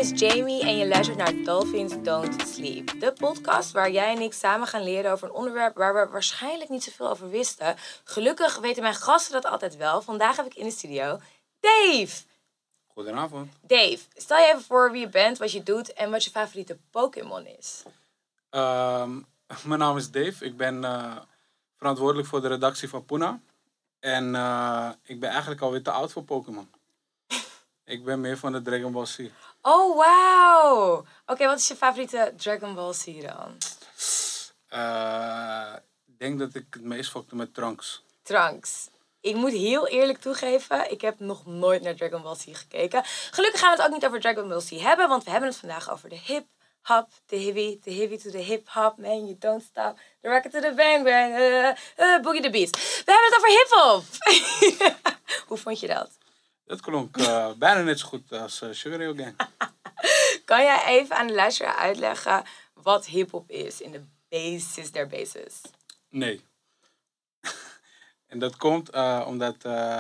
is Jamie en je luistert naar Dolphins Don't Sleep. De podcast waar jij en ik samen gaan leren over een onderwerp waar we waarschijnlijk niet zoveel over wisten. Gelukkig weten mijn gasten dat altijd wel. Vandaag heb ik in de studio Dave. Goedenavond. Dave, stel je even voor wie je bent, wat je doet en wat je favoriete Pokémon is. Mijn naam is Dave. Ik ben verantwoordelijk voor de redactie van Puna. En ik ben eigenlijk alweer te oud voor Pokémon. Ik ben meer van de Dragon Ball Z. Oh, wauw. Oké, wat is je favoriete Dragon Ball Z dan? Ik denk dat ik het meest fokte met Trunks. Trunks. Ik moet heel eerlijk toegeven, ik heb nog nooit naar Dragon Ball Z gekeken. Gelukkig gaan we het ook niet over Dragon Ball Z hebben, want we hebben het vandaag over de hip-hop, de heavy to the hip-hop, man, you don't stop, the rocket to the bang bang, boogie the beats. We hebben het over hip-hop. Hoe vond je dat? Dat klonk bijna net zo goed als Sugar Ray Gang. Kan jij even aan de luisteraar uitleggen wat hip-hop is in de basis der basis? Nee. En dat komt omdat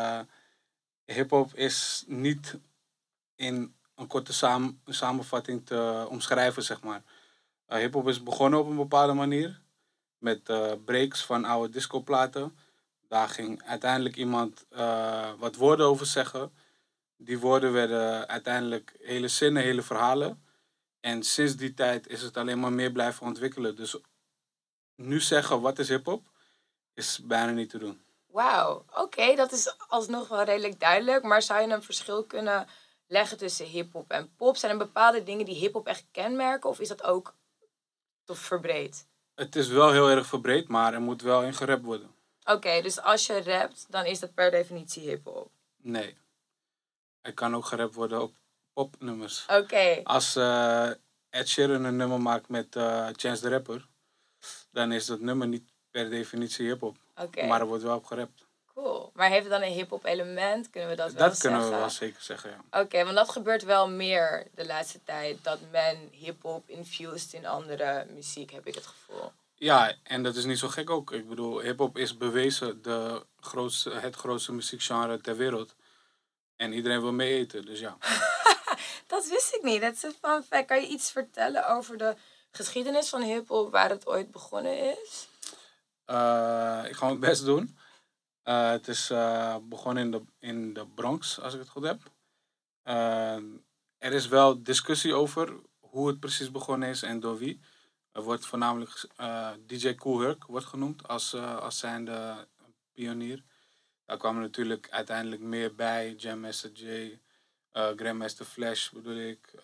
hip-hop is niet in een korte samenvatting te omschrijven, zeg maar. Hip-hop is begonnen op een bepaalde manier. Met breaks van oude discoplaten. Daar ging uiteindelijk iemand wat woorden over zeggen. Die woorden werden uiteindelijk hele zinnen, hele verhalen. En sinds die tijd is het alleen maar meer blijven ontwikkelen. Dus nu zeggen wat is hip-hop is bijna niet te doen. Wauw, oké, dat is alsnog wel redelijk duidelijk. Maar zou je een verschil kunnen leggen tussen hip-hop en pop? Zijn er bepaalde dingen die hip-hop echt kenmerken? Of is dat ook te verbreed? Het is wel heel erg verbreed, maar er moet wel in gerapt worden. Oké, dus als je rapt, dan is dat per definitie hip-hop. Nee. Er kan ook gerapt worden op popnummers. Oké. Als Ed Sheeran een nummer maakt met Chance the Rapper, dan is dat nummer niet per definitie hip-hop. Oké. Maar er wordt wel op gerapt. Cool. Maar heeft het dan een hip-hop element? Kunnen we dat wel zeggen? Dat kunnen we wel zeker zeggen, ja. Oké, want dat gebeurt wel meer de laatste tijd. Dat men hip-hop infused in andere muziek, heb ik het gevoel. Ja, en dat is niet zo gek ook. Ik bedoel, hip-hop is bewezen het grootste muziekgenre ter wereld. En iedereen wil mee eten, dus ja. Dat wist ik niet. Dat is een fun fact. Kan je iets vertellen over de geschiedenis van hip-hop, waar het ooit begonnen is? Ik ga mijn best doen. Het is begonnen in de Bronx, als ik het goed heb. Er is wel discussie over hoe het precies begonnen is en door wie. Er wordt voornamelijk DJ Kool Herc wordt genoemd als zijnde pionier. Daar kwamen natuurlijk uiteindelijk meer bij. Jam Master Jay, Grandmaster Flash bedoel ik.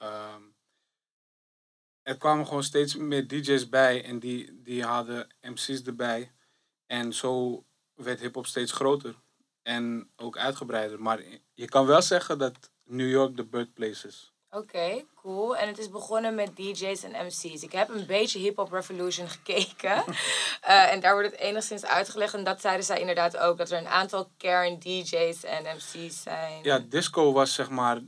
Er kwamen gewoon steeds meer DJ's bij en die hadden MC's erbij. En zo werd hip-hop steeds groter en ook uitgebreider. Maar je kan wel zeggen dat New York de birthplace is. Oké, cool. En het is begonnen met DJ's en MC's. Ik heb een beetje Hip Hop Revolution gekeken. En daar wordt het enigszins uitgelegd. En dat zeiden zij inderdaad ook. Dat er een aantal kern DJ's en MC's zijn. Ja, disco was zeg maar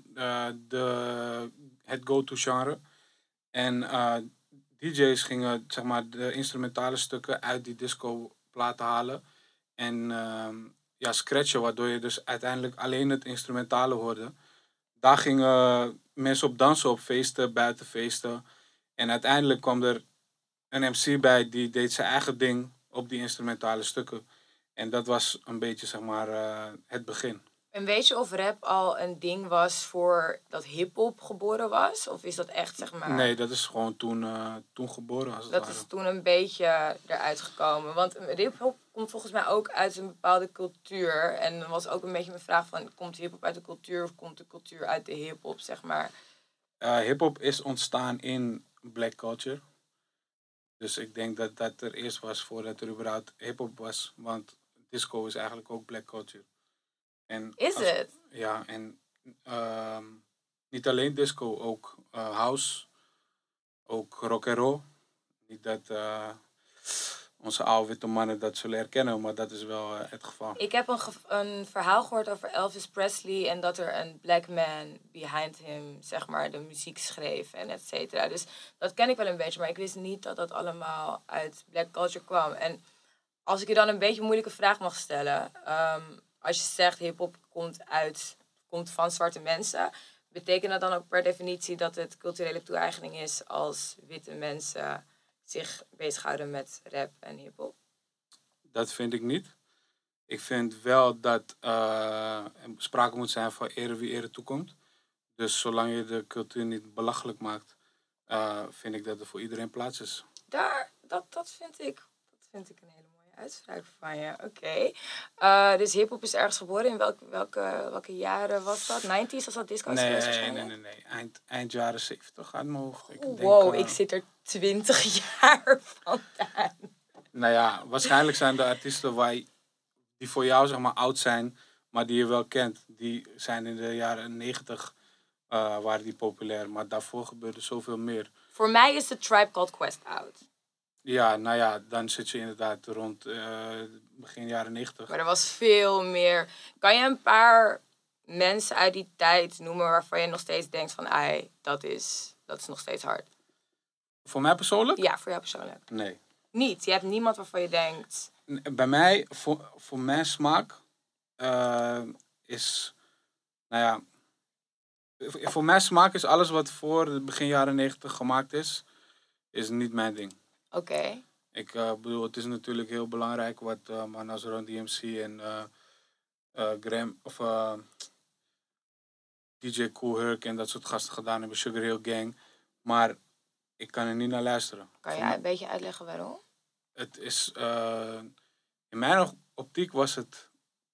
het go-to genre. En DJ's gingen zeg maar de instrumentale stukken uit die disco platen halen. En scratchen, waardoor je dus uiteindelijk alleen het instrumentale hoorde. Daar gingen mensen op dansen op feesten, buiten feesten. En uiteindelijk kwam er een MC bij die deed zijn eigen ding op die instrumentale stukken. En dat was een beetje zeg maar het begin. En weet je of rap al een ding was voordat hip-hop geboren was? Of is dat echt zeg maar... Nee, dat is gewoon toen geboren als het Dat ware. is toen een beetje eruit gekomen. Want hip-hop komt volgens mij ook uit een bepaalde cultuur. En dan was ook een beetje mijn vraag van... Komt hip-hop uit de cultuur of komt de cultuur uit de hip-hop, zeg maar? Hip-hop is ontstaan in black culture. Dus ik denk dat dat er eerst was voordat er überhaupt hip-hop was. Want disco is eigenlijk ook black culture. Is het? Ja, en niet alleen disco, ook house, ook rock and roll. Niet dat onze oude witte mannen dat zullen herkennen, maar dat is wel het geval. Ik heb een verhaal gehoord over Elvis Presley en dat er een black man behind him, zeg maar, de muziek schreef en et cetera. Dus dat ken ik wel een beetje, maar ik wist niet dat dat allemaal uit black culture kwam. En als ik je dan een beetje een moeilijke vraag mag stellen, als je zegt hip-hop komt van zwarte mensen, Betekent dat dan ook per definitie dat het culturele toe-eigening is als witte mensen zich bezighouden met rap en hip-hop? Dat vind ik niet. Ik vind wel dat er sprake moet zijn van ere wie ere toekomt. Dus zolang je de cultuur niet belachelijk maakt, vind ik dat er voor iedereen plaats is. Dat vind ik een hele mooie uitspraak van je. Oké. Dus hip-hop is ergens geboren. In welke jaren was dat? 90's als dat disco is geweest waarschijnlijk? Nee. Eind jaren 70 uit mijn hoofd. Ik denk, Wow, ik zit er 20 jaar vandaan. Nou ja, waarschijnlijk zijn de artiesten die voor jou zeg maar oud zijn, maar die je wel kent, die zijn in de jaren 90 waren die populair. Maar daarvoor gebeurde zoveel meer. Voor mij is de Tribe Called Quest oud. Ja, nou ja, dan zit je inderdaad rond begin jaren 90. Maar er was veel meer. Kan je een paar mensen uit die tijd noemen waarvan je nog steeds denkt van, dat is nog steeds hard? Voor mij persoonlijk? Ja, voor jou persoonlijk. Nee. Niet? Je hebt niemand waarvan je denkt... Bij mij, voor mijn smaak, is, nou ja, voor mijn smaak is alles wat voor begin jaren 90 gemaakt is niet mijn ding. Oké. Ik bedoel, het is natuurlijk heel belangrijk wat Manas Run DMC en Graham of DJ Kool Herc en dat soort gasten gedaan hebben, Sugar Hill Gang. Maar ik kan er niet naar luisteren. Kan je een beetje uitleggen waarom? Het is, in mijn optiek was het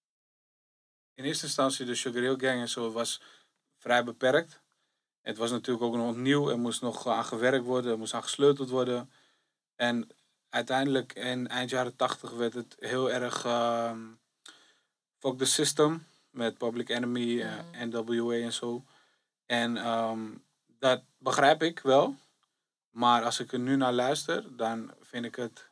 in eerste instantie de Sugar Hill Gang en zo was vrij beperkt. Het was natuurlijk ook nog nieuw, er moest nog aan gewerkt worden, er moest aan gesleuteld worden. En uiteindelijk in eind jaren 80 werd het heel erg fuck the system met Public Enemy, NWA en zo. En dat begrijp ik wel. Maar als ik er nu naar luister, dan vind ik het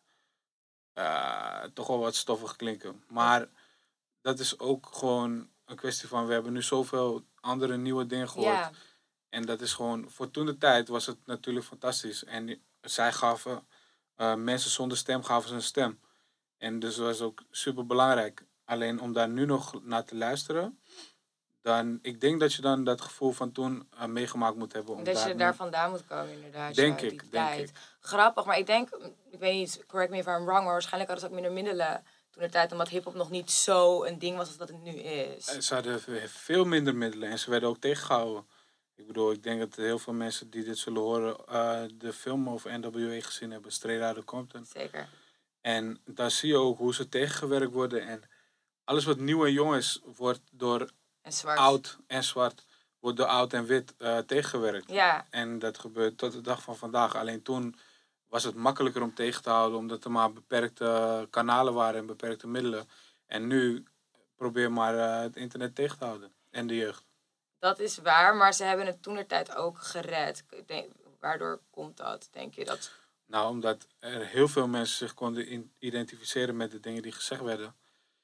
toch wel wat stoffig klinken. Maar dat is ook gewoon een kwestie van, we hebben nu zoveel andere nieuwe dingen gehoord. Ja. En dat is gewoon, voor toen de tijd was het natuurlijk fantastisch. En zij gaven, mensen zonder stem gaven ze een stem. En dus was ook super belangrijk. Alleen om daar nu nog naar te luisteren, dan, ik denk dat je dan dat gevoel van toen meegemaakt moet hebben. Dat je daar vandaan moet komen, inderdaad. Denk die ik. Grappig, maar ik denk, ik weet niet, correct me if I'm wrong, maar waarschijnlijk hadden ze ook minder middelen toen de tijd, omdat hip-hop nog niet zo een ding was als dat het nu is. Ze hadden veel minder middelen en ze werden ook tegengehouden. Ik bedoel, ik denk dat heel veel mensen die dit zullen horen de film over NWA gezien hebben, Straight Outta Compton. Zeker. En daar zie je ook hoe ze tegengewerkt worden. En alles wat nieuw en jong is, wordt door oud en zwart, wordt door oud en wit tegengewerkt. Ja. En dat gebeurt tot de dag van vandaag. Alleen toen was het makkelijker om tegen te houden, omdat er maar beperkte kanalen waren en beperkte middelen. En nu probeer maar het internet tegen te houden en de jeugd. Dat is waar, maar ze hebben het toentertijd ook gered. Waardoor komt dat, denk je? Dat... Nou, omdat er heel veel mensen zich konden identificeren met de dingen die gezegd werden.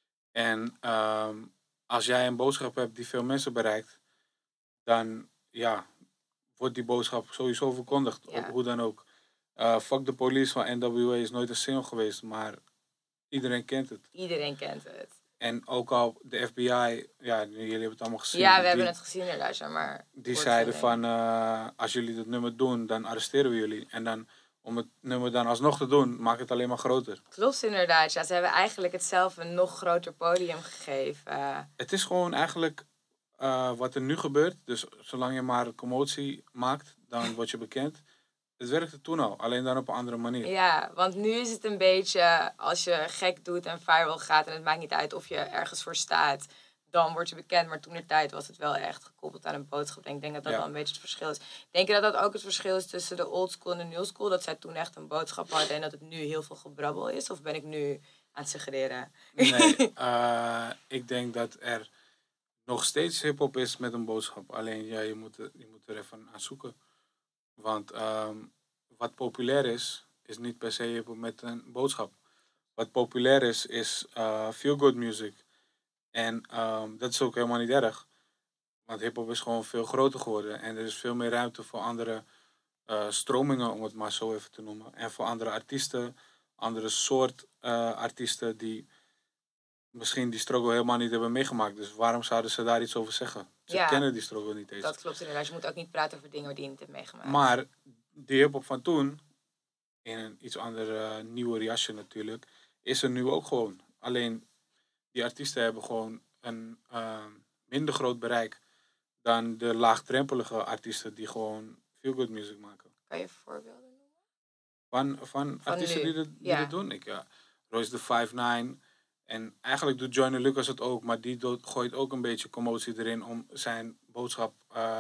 En als jij een boodschap hebt die veel mensen bereikt, dan ja, wordt die boodschap sowieso verkondigd. Ja. Hoe dan ook. Fuck the Police van NWA is nooit een single geweest, maar iedereen kent het. Iedereen kent het. En ook al de FBI, ja, jullie hebben het allemaal gezien. Ja, we hebben het gezien inderdaad, maar... Die zeiden van, als jullie dat nummer doen, dan arresteren we jullie. En dan, om het nummer dan alsnog te doen, maak het alleen maar groter. Klopt inderdaad, ja. Ze hebben eigenlijk het zelf een nog groter podium gegeven. Het is gewoon eigenlijk wat er nu gebeurt. Dus zolang je maar commotie maakt, dan word je bekend. Het werkte toen al, alleen dan op een andere manier. Ja, want nu is het een beetje, als je gek doet en viral gaat, en het maakt niet uit of je ergens voor staat, dan word je bekend. Maar toen de tijd was het wel echt gekoppeld aan een boodschap. En ik denk dat dat wel een beetje het verschil is. Denk je dat dat ook het verschil is tussen de old school en de new school? Dat zij toen echt een boodschap hadden en dat het nu heel veel gebrabbel is? Of ben ik nu aan het suggereren? Nee, ik denk dat er nog steeds hip-hop is met een boodschap. Alleen ja, je moet er even aan zoeken. Want wat populair is niet per se hip-hop met een boodschap. Wat populair is feel-good music. En dat is ook helemaal niet erg. Want hip-hop is gewoon veel groter geworden. En er is veel meer ruimte voor andere stromingen, om het maar zo even te noemen. En voor andere artiesten, andere soort artiesten die misschien die struggle helemaal niet hebben meegemaakt. Dus waarom zouden ze daar iets over zeggen? Ze kennen die struggle niet eens. Dat klopt inderdaad. Je moet ook niet praten over dingen die je niet hebt meegemaakt. Maar die hiphop van toen, in een iets andere, nieuwe jasje natuurlijk, is er nu ook gewoon. Alleen, die artiesten hebben gewoon een minder groot bereik dan de laagdrempelige artiesten die gewoon feel-good music maken. Kan je voorbeelden noemen? Van artiesten nu. die dat doen? Royce the 5'9". En eigenlijk doet Joyner Lucas het ook, maar die gooit ook een beetje commotie erin om zijn boodschap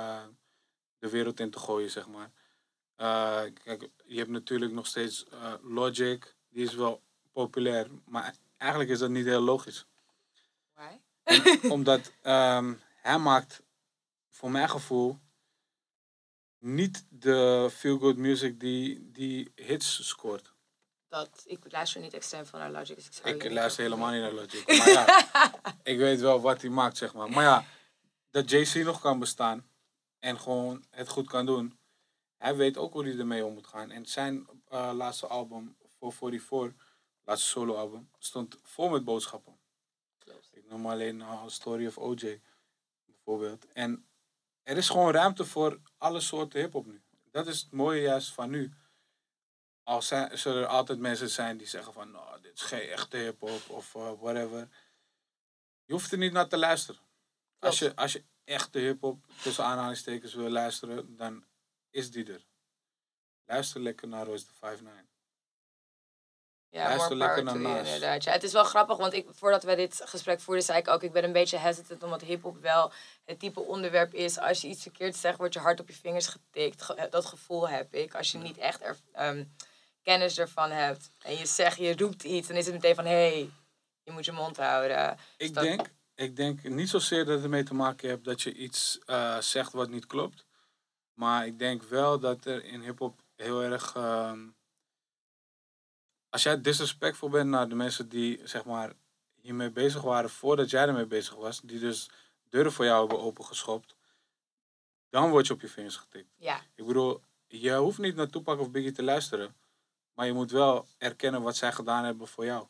de wereld in te gooien, zeg maar. Kijk, je hebt natuurlijk nog steeds Logic, die is wel populair, maar eigenlijk is dat niet heel logisch. Why? Omdat hij maakt, voor mijn gevoel, niet de feel-good music die hits scoort. Ik luister niet extreem van naar Logic. Dus ik luister helemaal niet naar Logic. Maar ja, ik weet wel wat hij maakt, zeg maar. Maar ja, dat Jay-Z nog kan bestaan en gewoon het goed kan doen. Hij weet ook hoe hij ermee om moet gaan. En zijn laatste album, 444, laatste solo-album, stond vol met boodschappen. Klopt. Ik noem alleen Story of OJ, bijvoorbeeld. En er is gewoon ruimte voor alle soorten hip-hop nu. Dat is het mooie juist van nu. Al zullen er altijd mensen zijn die zeggen van, nou, dit is geen echte hip-hop of whatever. Je hoeft er niet naar te luisteren. Als je echte hip-hop tussen aanhalingstekens wil luisteren, dan is die er. Luister lekker naar Royce the 5'9". Ja, luister lekker naar Nas. Inderdaad. Ja, het is wel grappig, want voordat we dit gesprek voerden, zei ik ook, ik ben een beetje hesitant omdat hiphop wel het type onderwerp is. Als je iets verkeerd zegt, wordt je hard op je vingers getikt. Dat gevoel heb ik. Als je niet echt kennis ervan hebt en je roept iets, dan is het meteen van, hé, je moet je mond houden. Ik denk niet zozeer dat het ermee te maken heeft dat je iets zegt wat niet klopt. Maar ik denk wel dat er in hiphop heel erg... als jij disrespectvol bent naar de mensen die, zeg maar, hiermee bezig waren voordat jij ermee bezig was, die dus deuren voor jou hebben opengeschopt, dan word je op je vingers getikt. Ja. Ik bedoel, je hoeft niet naar Tupac of Biggie te luisteren, maar je moet wel erkennen wat zij gedaan hebben voor jou.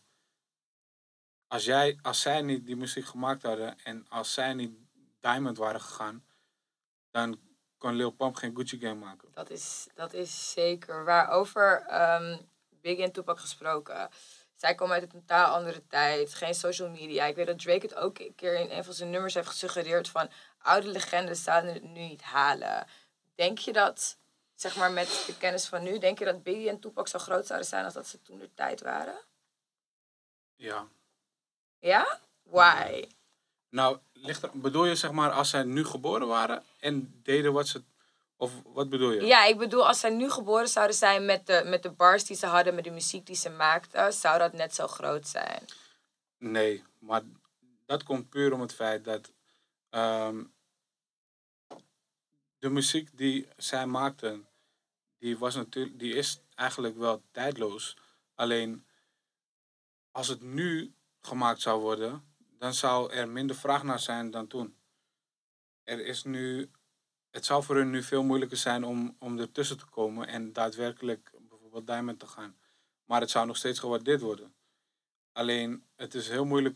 Als zij niet die muziek gemaakt hadden en als zij niet Diamond waren gegaan, dan kon Lil Pump geen Gucci Gang maken. Dat is zeker waar. Over Biggie en Tupac gesproken. Zij komen uit een totaal andere tijd. Geen social media. Ik weet dat Drake het ook een keer in een van zijn nummers heeft gesuggereerd van oude legendes zouden het nu niet halen. Denk je dat, zeg maar met de kennis van nu, denk je dat Biggie en Tupac zo groot zouden zijn als dat ze toen de tijd waren? Ja. Ja? Why? Nou, bedoel je zeg maar als zij nu geboren waren en deden wat ze... Of wat bedoel je? Ja, ik bedoel als zij nu geboren zouden zijn met de bars die ze hadden, met de muziek die ze maakten, zou dat net zo groot zijn? Nee, maar dat komt puur om het feit dat de muziek die zij maakten, die is eigenlijk wel tijdloos. Alleen als het nu gemaakt zou worden, dan zou er minder vraag naar zijn dan toen. Het zou voor hun nu veel moeilijker zijn om ertussen te komen en daadwerkelijk bijvoorbeeld Diamond te gaan. Maar het zou nog steeds gewaardeerd worden. Alleen, het is heel moeilijk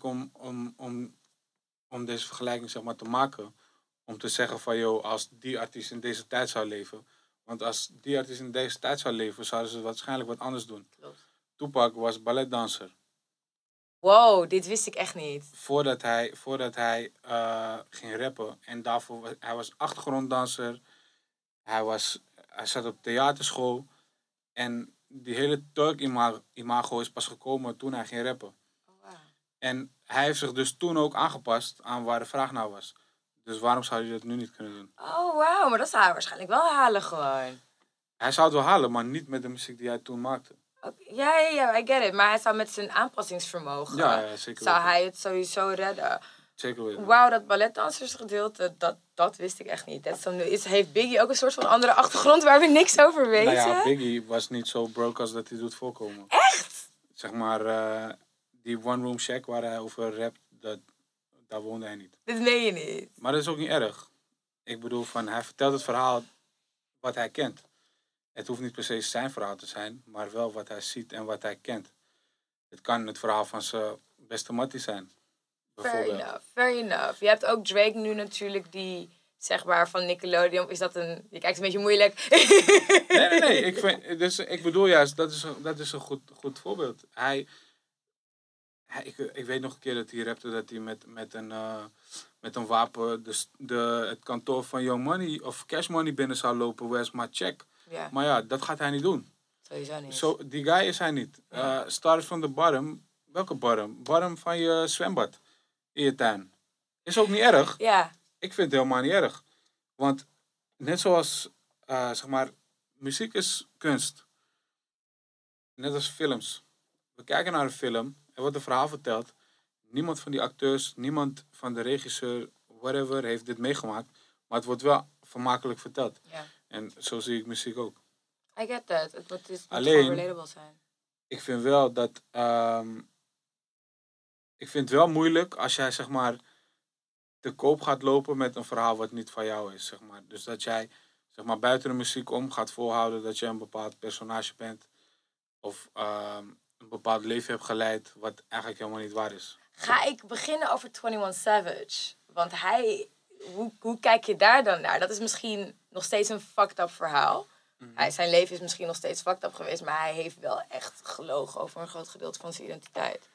om deze vergelijking zeg maar, te maken. Om te zeggen van, joh, als die artiest in deze tijd zou leven. Want als die artiest in deze tijd zou leven, zouden ze waarschijnlijk wat anders doen. Klopt. Tupac was balletdanser. Wow, dit wist ik echt niet. Voordat hij ging rappen. En daarvoor, hij was achtergronddanser. Hij zat op theaterschool. En die hele Turk-imago is pas gekomen toen hij ging rappen. Oh, wow. En hij heeft zich dus toen ook aangepast aan waar de vraag naar was. Dus waarom zou hij dat nu niet kunnen doen? Oh, wauw, maar dat zou hij waarschijnlijk wel halen gewoon. Hij zou het wel halen, maar niet met de muziek die hij toen maakte. Ja, I get it. Maar hij zou met zijn aanpassingsvermogen, Ja, zeker zou weten. hij het sowieso redden. Zeker weten. Wauw, dat balletdansersgedeelte, dat wist ik echt niet. Heeft Biggie ook een soort van andere achtergrond waar we niks over weten? Nou ja, Biggie was niet zo broke als dat hij doet voorkomen. Echt? Zeg maar, die One Room Shack waar hij over rapt, daar woonde hij niet. Dit meen je niet. Maar dat is ook niet erg. Ik bedoel, hij vertelt het verhaal wat hij kent. Het hoeft niet per se zijn verhaal te zijn, maar wel wat hij ziet en wat hij kent. Het kan het verhaal van zijn beste mattie zijn. Fair enough. Je hebt ook Drake nu natuurlijk die, zeg maar, van Nickelodeon. Is dat een... Je kijkt een beetje moeilijk. Nee. Ik bedoel juist, dat is een goed voorbeeld. Ik weet nog een keer dat hij rapte dat hij met een wapen het kantoor van Young Money of Cash Money binnen zou lopen. Where's my check? Ja. Maar ja, dat gaat hij niet doen. Sowieso niet. Die guy is hij niet. Start from the bottom. Welke bottom? Bottom van je zwembad in je tuin. Is ook niet erg. Ja. Ik vind het helemaal niet erg. Want net zoals, zeg maar, muziek is kunst. Net als films. We kijken naar een film, er wordt een verhaal verteld. Niemand van die acteurs, niemand van de regisseur, whatever, heeft dit meegemaakt. Maar het wordt wel vermakelijk verteld. Ja. En zo zie ik muziek ook. I get that. Het moet Alleen, gewoon relatable zijn. Ik vind wel dat... ik vind het wel moeilijk als jij, zeg maar, te koop gaat lopen met een verhaal wat niet van jou is, zeg maar. Dus dat jij, zeg maar, buiten de muziek om gaat volhouden dat je een bepaald personage bent. Of een bepaald leven hebt geleid wat eigenlijk helemaal niet waar is. Ga ik beginnen over 21 Savage? Want hoe kijk je daar dan naar? Dat is misschien nog steeds een fucked up verhaal. Mm-hmm. Zijn leven is misschien nog steeds fucked up geweest, maar hij heeft wel echt gelogen over een groot gedeelte van zijn identiteit.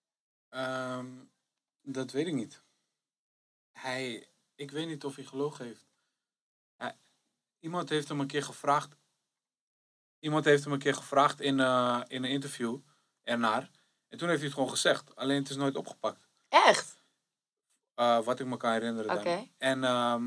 Dat weet ik niet. Ik weet niet of hij gelogen heeft. Iemand heeft hem een keer gevraagd in een interview ernaar. En toen heeft hij het gewoon gezegd. Alleen het is nooit opgepakt. Echt? Wat ik me kan herinneren Oké. dan. En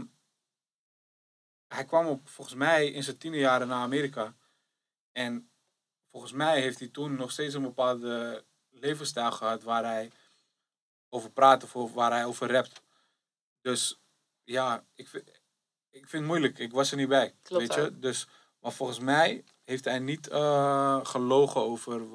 hij kwam volgens mij in zijn 10e jaren naar Amerika. En volgens mij heeft hij toen nog steeds een bepaalde levensstijl gehad waar hij over praat of waar hij over rapt. Dus ja, ik vind het moeilijk. Ik was er niet bij. Klopt weet je? ook. Dus, maar volgens mij heeft hij niet gelogen over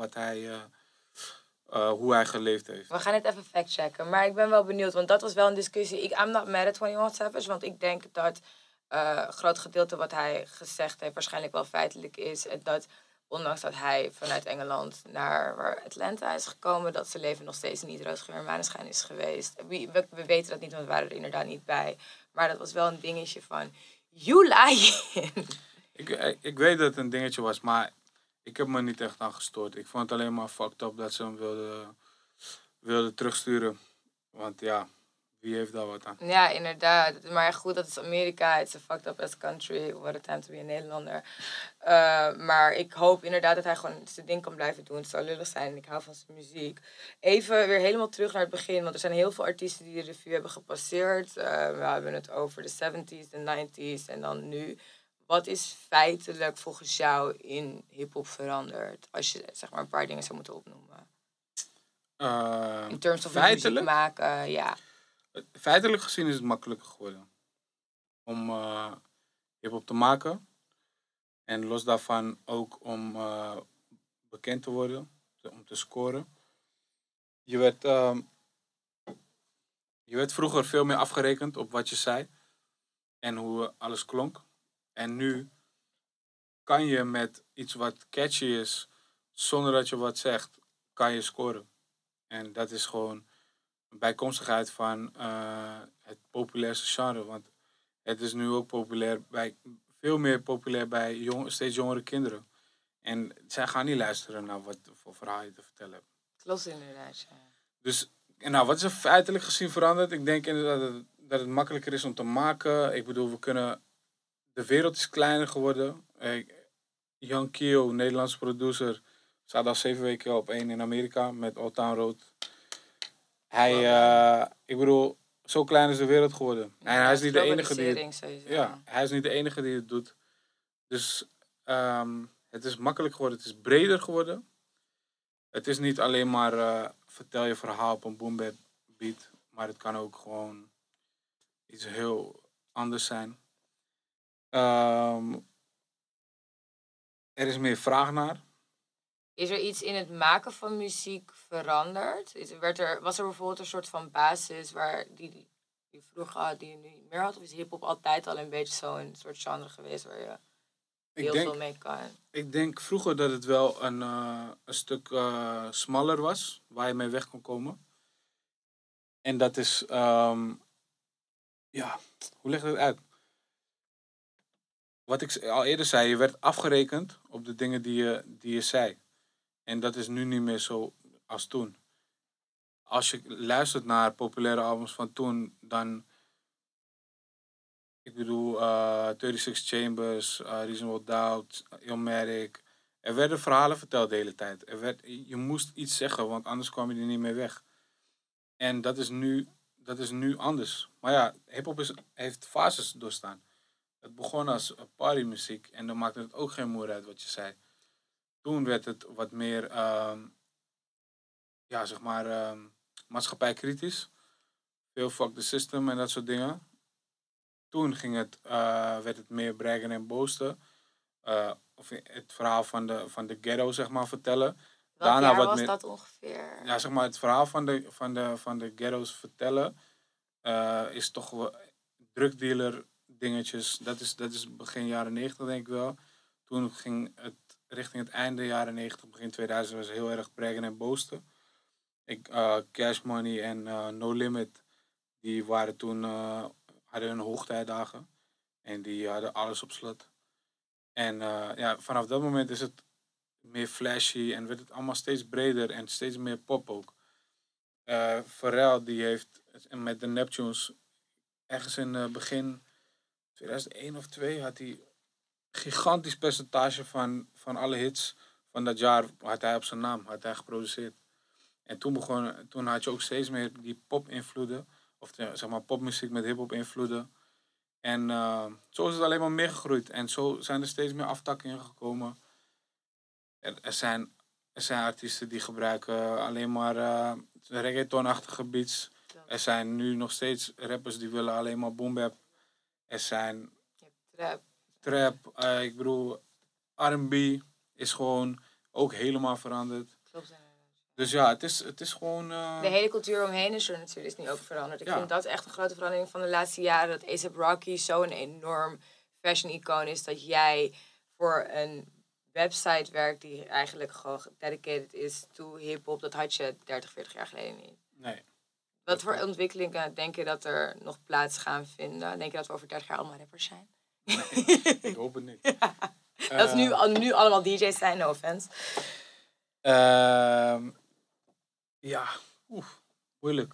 hoe hij geleefd heeft. We gaan het even factchecken. Maar ik ben wel benieuwd, want dat was wel een discussie. I'm not mad at 21 Savage, want ik denk dat een groot gedeelte wat hij gezegd heeft waarschijnlijk wel feitelijk is. En dat ondanks dat hij vanuit Engeland naar Atlanta is gekomen, dat zijn leven nog steeds niet roosgeur en maneschijn is geweest. We weten dat niet, want we waren er inderdaad niet bij. Maar dat was wel een dingetje van, you lying. Ik weet dat het een dingetje was, maar ik heb me niet echt aan gestoord. Ik vond het alleen maar fucked up dat ze hem wilden terugsturen. Want ja, wie heeft daar wat aan? Ja, inderdaad. Maar goed, dat is Amerika. It's a fucked up ass country. What a time to be a Nederlander. Maar ik hoop inderdaad dat hij gewoon zijn ding kan blijven doen. Het zou lullig zijn. Ik hou van zijn muziek. Even weer helemaal terug naar het begin. Want er zijn heel veel artiesten die de revue hebben gepasseerd. We hebben het over de 70s, de 90s en dan nu. Wat is feitelijk volgens jou in hiphop veranderd? Als je zeg maar een paar dingen zou moeten opnoemen. In terms of muziek maken, ja. Feitelijk gezien is het makkelijker geworden om hiphop te maken. En los daarvan ook om bekend te worden, om te scoren. Je werd vroeger veel meer afgerekend op wat je zei en hoe alles klonk. En nu kan je met iets wat catchy is, zonder dat je wat zegt, kan je scoren. En dat is gewoon een bijkomstigheid van het populairste genre. Want het is nu ook veel meer populair bij steeds jongere kinderen. En zij gaan niet luisteren naar wat voor verhaal je te vertellen hebt. Klopt inderdaad, ja. Dus, wat is er feitelijk gezien veranderd? Ik denk inderdaad dat het makkelijker is om te maken. Ik bedoel, de wereld is kleiner geworden. Young Kio, Nederlandse producer, staat al 7 weken op 1 in Amerika met Old Town Road. Ik bedoel, zo klein is de wereld geworden. Ja, en hij is niet de enige hij is niet de enige die het doet. Dus het is makkelijk geworden. Het is breder geworden. Het is niet alleen maar vertel je verhaal op een boom bap beat. Maar het kan ook gewoon iets heel anders zijn. Er is meer vraag naar. Is er iets in het maken van muziek veranderd? Was er bijvoorbeeld een soort van basis die vroeger had, die je nu niet meer had? Of is hiphop altijd al een beetje zo'n soort genre geweest waar je heel veel mee kan? Ik denk vroeger dat het wel een stuk smaller was, waar je mee weg kon komen. En dat is, ja, hoe leg ik het uit? Wat ik al eerder zei, je werd afgerekend op de dingen die je zei. En dat is nu niet meer zo als toen. Als je luistert naar populaire albums van toen, dan, ik bedoel, 36 Chambers, Reasonable Doubt, Illmatic. Er werden verhalen verteld de hele tijd. Je moest iets zeggen, want anders kwam je er niet meer weg. En dat is nu anders. Maar ja, hip-hop heeft fases doorstaan. Het begon als partymuziek en dan maakte het ook geen moer uit wat je zei. Toen werd het wat meer, ja, zeg maar, maatschappijkritisch. Veel fuck the system en dat soort dingen. Toen werd het meer braggen en boasten. Of het verhaal van de ghetto, zeg maar, vertellen. Welk Daarna jaar wat was meer, dat ongeveer? ja, zeg maar, het verhaal van de ghetto's vertellen. Is toch wel drugdealer dingetjes. Dat is begin jaren 90 denk ik wel. Toen ging het richting het einde jaren 90, begin 2000 was heel erg braggen en boasten. Cash Money en No Limit, die waren toen, hadden hun hoogtijdagen. En die hadden alles op slot. En ja, vanaf dat moment is het meer flashy en werd het allemaal steeds breder en steeds meer pop ook. Pharrell die heeft met de Neptunes ergens in begin 2001 of 2 had hij een gigantisch percentage van alle hits van dat jaar had hij op zijn naam, had hij geproduceerd. En toen had je ook steeds meer die pop-invloeden, of zeg maar popmuziek met hip-hop invloeden. En zo is het alleen maar meer gegroeid. En zo zijn er steeds meer aftakkingen gekomen. Er zijn artiesten die gebruiken alleen maar reggaeton-achtige beats. Er zijn nu nog steeds rappers die willen alleen maar boom bap. Er zijn trap. Ik bedoel, R&B is gewoon ook helemaal veranderd. Klopt. Dus ja, het is gewoon... De hele cultuur omheen is er natuurlijk is nu ook veranderd. Ik vind dat echt een grote verandering van de laatste jaren. Dat A$AP Rocky zo'n enorm fashion-icoon is. Dat jij voor een website werkt die eigenlijk gewoon dedicated is to hip-hop. Dat had je 30, 40 jaar geleden niet. Nee. Wat voor ontwikkelingen denk je dat er nog plaats gaan vinden? Denk je dat we over 30 jaar allemaal rappers zijn? Nee, ik hoop het niet. Dat is nu allemaal DJ's zijn, no offense. Ja, moeilijk.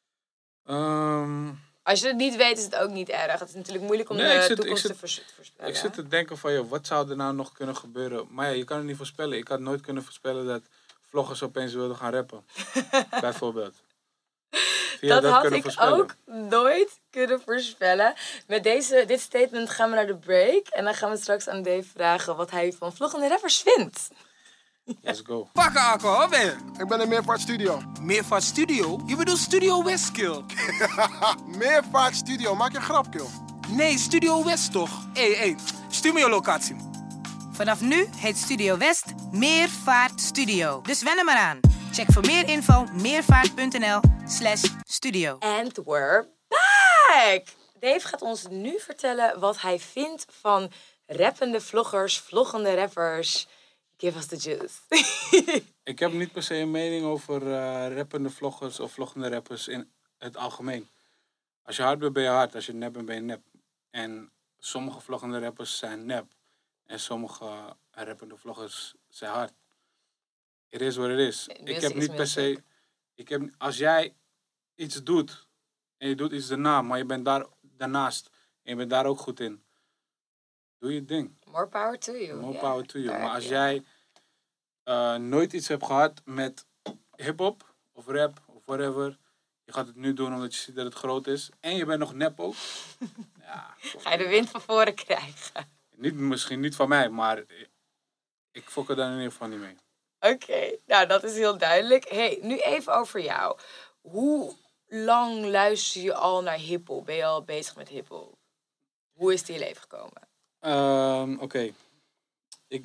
Als je het niet weet, is het ook niet erg. Het is natuurlijk moeilijk om de toekomst te voorspellen. Ik zit te denken van, joh, wat zou er nou nog kunnen gebeuren? Maar ja, je kan het niet voorspellen. Ik had nooit kunnen voorspellen dat vloggers opeens wilden gaan rappen. Bijvoorbeeld. Dat had ik ook nooit kunnen voorspellen. Met dit statement gaan we naar de break. En dan gaan we straks aan Dave vragen wat hij van vloggende rappers vindt. Let's go. Pakken, Akko, waar ben je? Ik ben in Meervaart Studio. Meervaart Studio? Je bedoelt Studio West, kill. Meervaart Studio, maak je een grap, kill. Nee, Studio West toch? Hé, stuur me je locatie. Vanaf nu heet Studio West Meervaart Studio. Dus wen er maar aan. Check voor meer info meervaart.nl/studio. And we're back! Dave gaat ons nu vertellen wat hij vindt van rappende vloggers, vloggende rappers. Give us the juice. Ik heb niet per se een mening over rappende vloggers of vloggende rappers in het algemeen. Als je hard bent, ben je hard. Als je nep bent, ben je nep. En sommige vloggende rappers zijn nep. En sommige rappende vloggers zijn hard. Het is wat het is. Ik heb niet per se... als jij iets doet en je doet iets daarna, maar je bent daarnaast en je bent daar ook goed in, doe je ding. More power to you. More power to you. Maar als jij nooit iets hebt gehad met hip-hop of rap of whatever, je gaat het nu doen omdat je ziet dat het groot is en je bent nog nep ook. Ja, ga je de wind van voren krijgen? Misschien niet van mij, maar ik fok er dan in ieder geval niet mee. Oké, nou dat is heel duidelijk. Hey, nu even over jou. Hoe lang luister je al naar hiphop? Ben je al bezig met hiphop? Hoe is het in je leven gekomen? Oké. Ik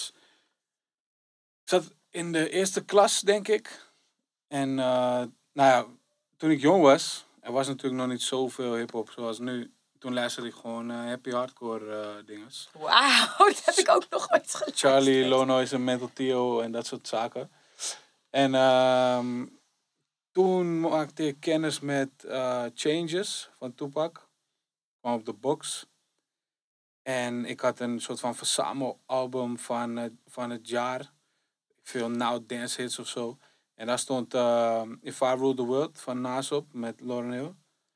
zat in de eerste klas, denk ik. En nou ja, toen ik jong was, er was natuurlijk nog niet zoveel hiphop zoals nu. Toen luisterde ik gewoon happy hardcore dinges. Wauw, dat heb ik ook nog ooit geluisterd. Charlie, Low Noise en Mental Theo en dat soort zaken. En toen maakte ik kennis met Changes van Tupac. Kwam op de box. En ik had een soort van verzamelalbum van het jaar. Veel Now Dance Hits of zo. En daar stond If I Rule the World van Nas op met Lauryn Hill.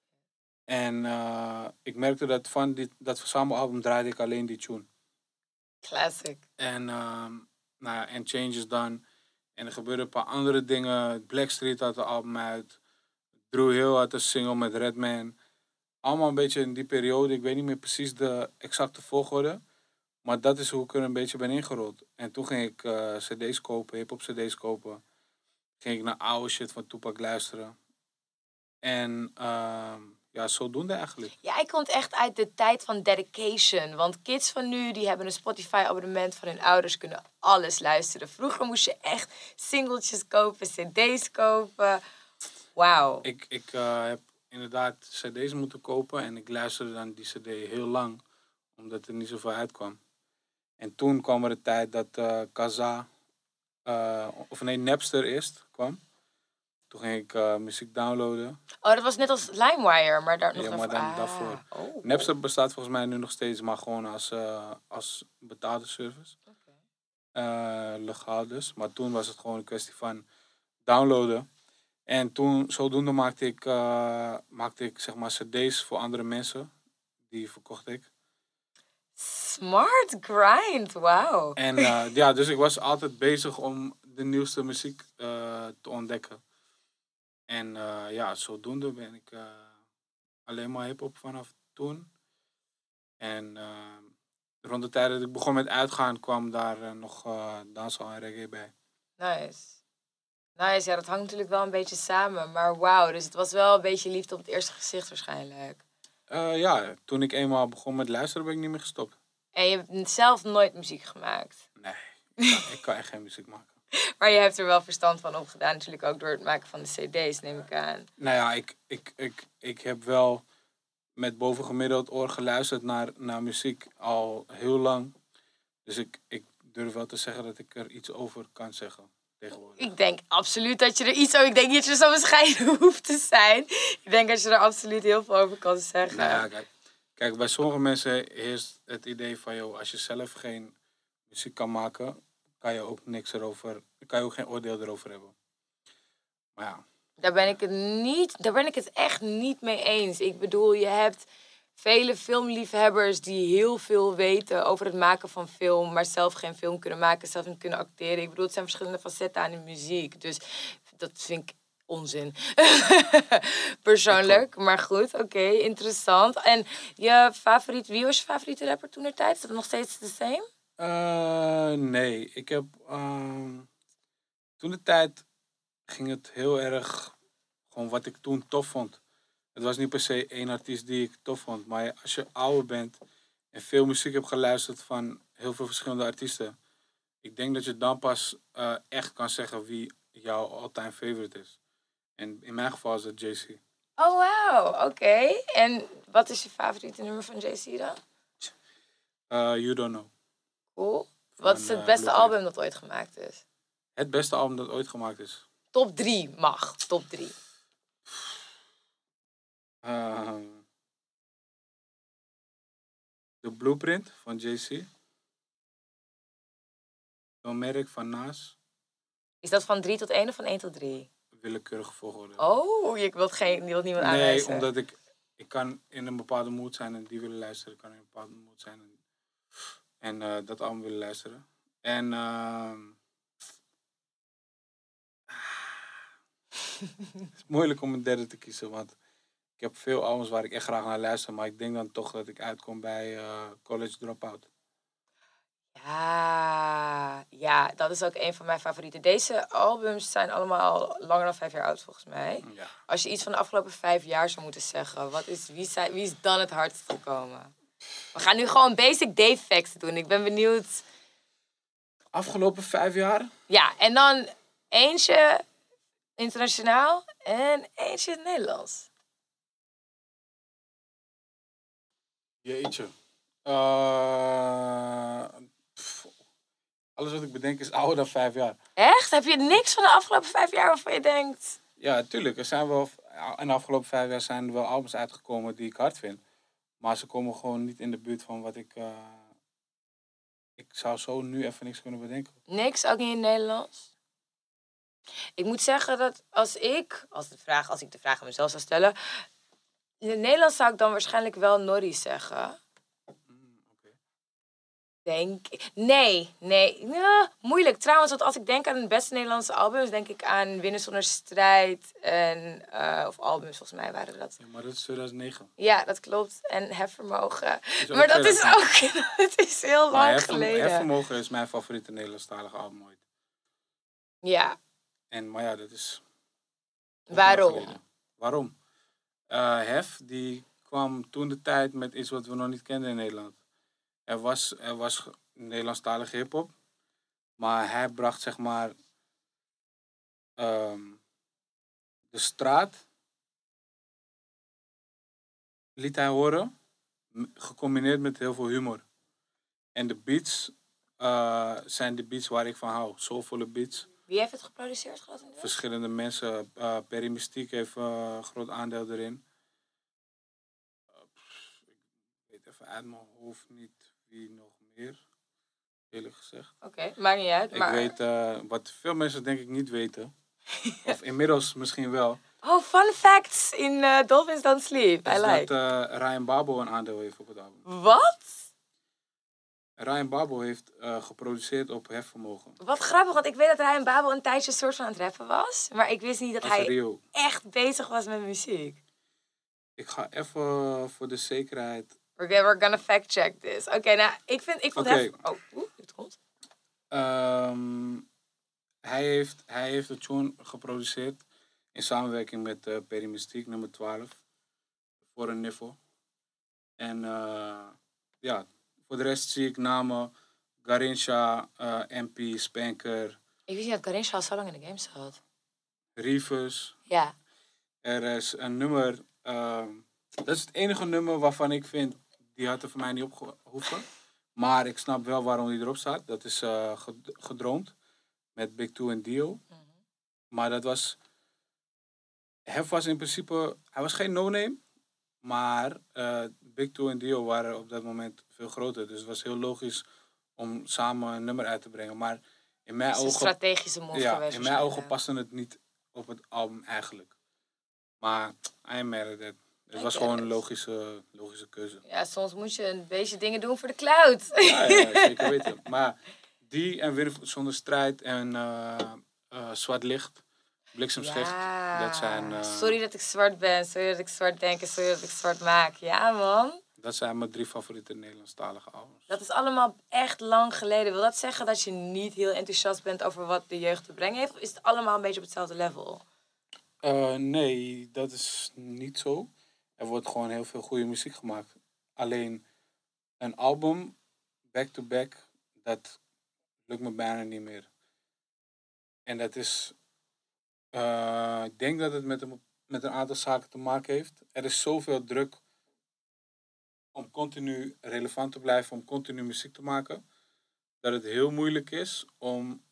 En ik merkte dat van dat verzamelalbum draaide ik alleen die tune. Classic. En, en Changes dan. En er gebeurden een paar andere dingen. Blackstreet had een album uit. Drew Hill had een single met Redman. Allemaal een beetje in die periode. Ik weet niet meer precies de exacte volgorde. Maar dat is hoe ik er een beetje ben ingerold. En toen ging ik cd's kopen, hip-hop cd's kopen. Ging ik naar oude shit van Tupac luisteren. En zodoende eigenlijk. Ja, ik komt echt uit de tijd van dedication. Want kids van nu, die hebben een Spotify-abonnement van hun ouders, kunnen alles luisteren. Vroeger moest je echt singeltjes kopen, cd's kopen. Wauw. Ik heb inderdaad cd's moeten kopen en ik luisterde dan die cd heel lang. Omdat er niet zoveel uitkwam. En toen kwam er de tijd dat Kazaa, Napster eerst kwam. Toen ging ik muziek downloaden. Oh, dat was net als LimeWire, maar daar nog Ja, maar dan daarvoor. Oh. Napster bestaat volgens mij nu nog steeds, maar gewoon als betaalde service. Legaal dus. Maar toen was het gewoon een kwestie van downloaden. En toen, zodoende maakte ik zeg maar cd's voor andere mensen. Die verkocht ik. Smart grind, wauw. En dus ik was altijd bezig om de nieuwste muziek te ontdekken. En zodoende ben ik alleen maar hip-hop vanaf toen. En rond de tijd dat ik begon met uitgaan kwam daar nog dancehall en reggae bij. Nice, ja, dat hangt natuurlijk wel een beetje samen. Maar wauw, dus het was wel een beetje liefde op het eerste gezicht waarschijnlijk. Toen ik eenmaal begon met luisteren ben ik niet meer gestopt. En je hebt zelf nooit muziek gemaakt? Nee, ik kan echt geen muziek maken. Maar je hebt er wel verstand van opgedaan, natuurlijk ook door het maken van de cd's, neem ik aan. Nou ja, ik heb wel met bovengemiddeld oor geluisterd naar muziek al heel lang. Dus ik durf wel te zeggen dat ik er iets over kan zeggen tegenwoordig. Ik denk absoluut dat je er iets over... Ik denk niet dat je zo bescheiden hoeft te zijn. Ik denk dat je er absoluut heel veel over kan zeggen. Nou ja, kijk, bij sommige mensen heerst het idee van... joh, als je zelf geen muziek kan maken, kan je ook geen oordeel erover hebben. Maar ja. Daar ben ik het echt niet mee eens. Ik bedoel, je hebt vele filmliefhebbers die heel veel weten over het maken van film, maar zelf geen film kunnen maken, zelf niet kunnen acteren. Ik bedoel, het zijn verschillende facetten aan de muziek. Dus dat vind ik onzin. Persoonlijk. Maar goed, oké, interessant. En wie was je favoriete rapper toentertijd? Is dat nog steeds the same? Nee, ik heb... toen de tijd ging het heel erg gewoon wat ik toen tof vond. Het was niet per se één artiest die ik tof vond. Maar als je ouder bent en veel muziek hebt geluisterd van heel veel verschillende artiesten. Ik denk dat je dan pas echt kan zeggen wie jouw all-time favorite is. En in mijn geval is dat Jay-Z. Oh, wauw. Oké. En wat is je favoriete nummer van Jay-Z dan? You Don't Know. Cool. Wat is het beste album dat ooit gemaakt is? Het beste album dat ooit gemaakt is? Top 3 mag. Top 3. The Blueprint van Jay-Z. Merk van Nas. Is dat van 3 tot 1 of van 1 tot 3? Willekeurige volgorde. Oh, je wilt niemand aanwijzen. Nee, omdat ik kan in een bepaalde mood zijn en die willen luisteren. Ik kan in een bepaalde mood zijn en dat album willen luisteren. En het is moeilijk om een derde te kiezen, want ik heb veel albums waar ik echt graag naar luister, maar ik denk dan toch dat ik uitkom bij College Dropout. Ja, dat is ook een van mijn favorieten. Deze albums zijn allemaal langer dan 5 jaar oud, volgens mij. Ja. Als je iets van de afgelopen 5 jaar zou moeten zeggen, wie is dan het hardst gekomen? We gaan nu gewoon basic Dave facts doen. Ik ben benieuwd. Afgelopen 5 jaar? Ja, en dan eentje internationaal en eentje in het Nederlands. Jeetje. Alles wat ik bedenk is ouder dan 5 jaar. Echt? Heb je niks van de afgelopen 5 jaar waarvan je denkt... Ja, tuurlijk. Er zijn wel, in de afgelopen 5 jaar zijn er wel albums uitgekomen die ik hard vind. Maar ze komen gewoon niet in de buurt van wat ik... ik zou zo nu even niks kunnen bedenken. Niks, ook niet in het Nederlands? Ik moet zeggen dat als ik de vraag aan mezelf zou stellen... In het Nederlands zou ik dan waarschijnlijk wel Norrie zeggen. Oké. Denk ik. Nee. Ja, moeilijk. Trouwens, want als ik denk aan het beste Nederlandse albums... denk ik aan Winnen zonder strijd en... of albums, volgens mij waren dat. Ja, maar dat is 2009. Ja, dat klopt. En Hefvermogen. ook Maar dat is 2009. ook... Het is heel Maar lang geleden. Hefvermogen is mijn favoriete Nederlandstalige album ooit. Ja. Maar ja, dat is... ook Waarom? lang geleden. Waarom? Hef, die kwam toen de tijd met iets wat we nog niet kenden in Nederland. Er was Nederlandstalige hiphop. Maar hij bracht, zeg maar... de straat... liet hij horen. Gecombineerd met heel veel humor. En de beats... zijn de beats waar ik van hou. Soulvolle beats. Wie heeft het geproduceerd, grotendeels? Verschillende mensen. Perry Mystique heeft een groot aandeel erin. Ik weet even uit mijn hoofd niet wie nog meer. Eerlijk gezegd. Oké, maakt niet uit. Maar... Ik weet wat veel mensen denk ik niet weten. Of inmiddels misschien wel. Oh, fun facts in Dolphins Don't Sleep. I Is like. dat Ryan Babel een aandeel heeft op het album. Wat? Ryan Babel heeft geproduceerd op Hefvermogen. Wat grappig, want ik weet dat Ryan Babel een tijdje een soort van aan het rappen was. Maar ik wist niet dat Als hij Rio. echt bezig was met muziek. Ik ga even voor de zekerheid... We're gonna fact check this. Oké, nou, ik vond Oké. het komt. Hij heeft de tune geproduceerd in samenwerking met Perry Mystique, nummer 12. Voor een niffel. En ja, voor de rest zie ik namen Garincha, MP, Spanker, Ik wist niet dat Garincha al zo lang in de game zat. Rivers. Ja. Er is een nummer, dat is het enige nummer waarvan ik vind, die had er voor mij niet opgehoeven. Maar ik snap wel waarom die erop staat. Dat is Gedroomd met Big Two en Dio. Maar dat was... Hef was in principe... Hij was geen no-name. Maar Big Two en Dio waren op dat moment veel groter. Dus het was heel logisch om samen een nummer uit te brengen. Maar in mijn Dat is een ogen... strategische move geweest. in mijn ogen paste het niet op het album eigenlijk. Maar I am mad at that. Het was gewoon een logische keuze. Ja, soms moet je een beetje dingen doen voor de cloud. Ja, zeker weten. Maar die en Winnen zonder strijd en Zwart Licht, Bliksemschicht, Ja. dat zijn... Sorry dat ik zwart ben, sorry dat ik zwart denk en sorry dat ik zwart maak. Ja, man. Dat zijn mijn 3 favoriete Nederlandstalige albums. Dat is allemaal echt lang geleden. Wil dat zeggen dat je niet heel enthousiast bent over wat de jeugd te brengen heeft? Of is het allemaal een beetje op hetzelfde level? Nee, dat is niet zo. Er wordt gewoon heel veel goede muziek gemaakt. Alleen een album, back-to-back, dat lukt me bijna niet meer. En dat is... ik denk dat het met een aantal zaken te maken heeft. Er is zoveel druk om continu relevant te blijven, om continu muziek te maken, dat het heel moeilijk is om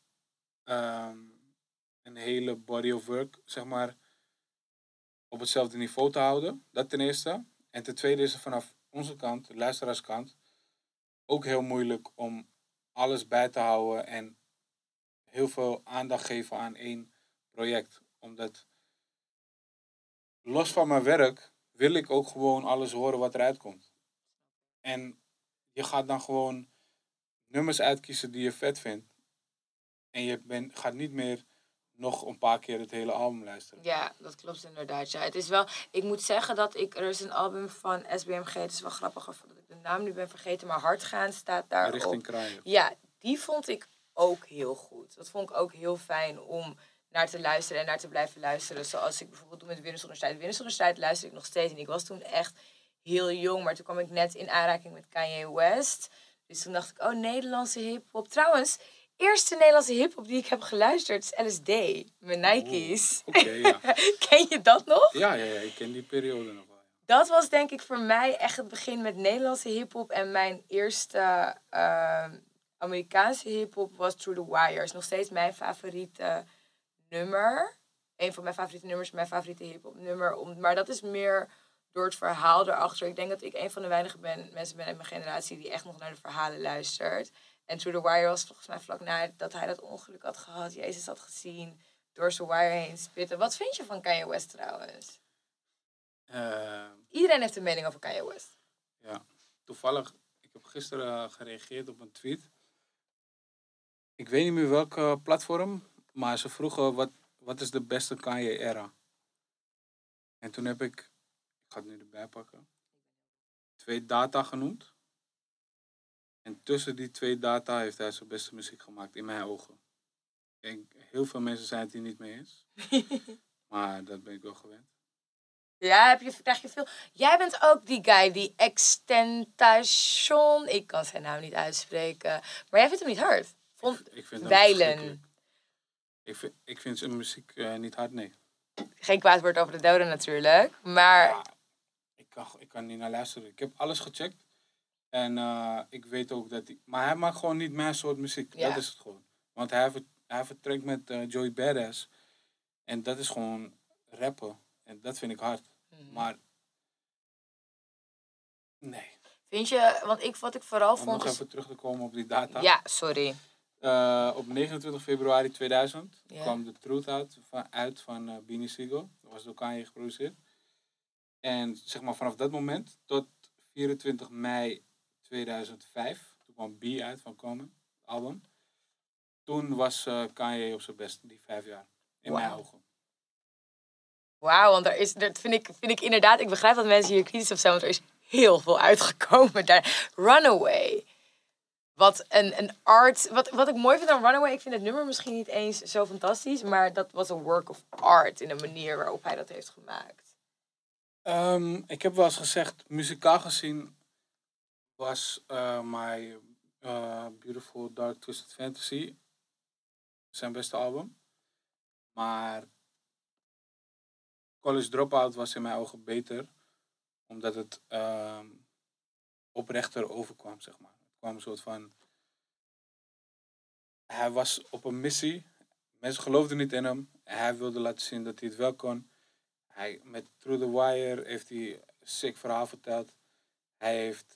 een hele body of work, zeg maar, op hetzelfde niveau te houden. Dat ten eerste. En ten tweede is het vanaf onze kant, de luisteraarskant, ook heel moeilijk om alles bij te houden en heel veel aandacht geven aan één project. Omdat, los van mijn werk, wil ik ook gewoon alles horen wat eruit komt. En je gaat dan gewoon nummers uitkiezen die je vet vindt. En je gaat niet meer nog een paar keer het hele album luisteren. Ja, dat klopt inderdaad. Ja. Het is wel, ik moet zeggen dat er is een album van SBMG, het is wel grappig dat ik de naam nu ben vergeten, maar Hardgaan staat daar Richting op. Kraaien. Ja, die vond ik ook heel goed. Dat vond ik ook heel fijn om naar te luisteren en naar te blijven luisteren. Zoals ik bijvoorbeeld doe met Winnen zonder strijd. Winnen zonder strijd luister ik nog steeds. En ik was toen echt heel jong, maar toen kwam ik net in aanraking met Kanye West. Dus toen dacht ik, oh, Nederlandse hiphop. Trouwens, eerste Nederlandse hiphop die ik heb geluisterd is LSD. Met Nike's. Oké, ja. Ken je dat nog? Ja, ik ken die periode nog wel. Ja. Dat was denk ik voor mij echt het begin met Nederlandse hiphop. En mijn eerste Amerikaanse hiphop was Through the Wire. Is nog steeds mijn favoriete nummer. een van mijn favoriete nummers, mijn favoriete hip-hop nummer. Maar dat is meer door het verhaal erachter. Ik denk dat ik een van de weinige mensen ben in mijn generatie die echt nog naar de verhalen luistert. En Through the Wire was volgens mij vlak nadat hij dat ongeluk had gehad. Jezus had gezien. Door zijn wire heen spitten. Wat vind je van Kanye West trouwens? Iedereen heeft een mening over Kanye West. Ja, toevallig. Ik heb gisteren gereageerd op een tweet. Ik weet niet meer welke platform. Maar ze vroegen wat is de beste Kanye-era. En toen heb ik ga het nu erbij pakken, 2 data genoemd. En tussen die 2 data heeft hij zijn beste muziek gemaakt, in mijn ogen. Heel veel mensen zijn het hier niet mee eens. Maar dat ben ik wel gewend. Ja, krijg je veel... Jij bent ook die guy, die Extentation... Ik kan zijn naam niet uitspreken. Maar jij vindt hem niet hard. Ik vind hem Wijlen. Ik vind zijn muziek niet hard, nee. Geen kwaad woord over de doden natuurlijk. Maar... Ja, ik kan niet naar luisteren. Ik heb alles gecheckt. En ik weet ook dat hij... Maar hij maakt gewoon niet mijn soort muziek. Ja. Dat is het gewoon. Want hij vertrekt met Joey Badass. En dat is gewoon rappen. En dat vind ik hard. Maar... Nee. Vind je... Want wat ik vooral Om vond... nog even terug te komen op die data. Ja, sorry. Op 29 februari 2000 Ja. kwam The Truth uit van Beanie Sigel. Dat was door Kanye geproduceerd. En zeg maar vanaf dat moment tot 24 mei 2005, toen kwam B uit van Common, het album. Toen was Kanye op zijn best, die 5 jaar. In mijn ogen. Wauw, want dat vind ik inderdaad... Ik begrijp dat mensen hier kritisch op zijn, want er is heel veel uitgekomen daar. Runaway. Wat een art... Wat ik mooi vind aan Runaway, ik vind het nummer misschien niet eens zo fantastisch, maar dat was een work of art in de manier waarop hij dat heeft gemaakt. Ik heb wel eens gezegd, muzikaal gezien was My Beautiful Dark Twisted Fantasy zijn beste album. Maar College Dropout was in mijn ogen beter, omdat het oprechter overkwam, zeg maar. Het kwam een soort van... Hij was op een missie. Mensen geloofden niet in hem. Hij wilde laten zien dat hij het wel kon. Met Through the Wire heeft hij een sick verhaal verteld. Hij heeft...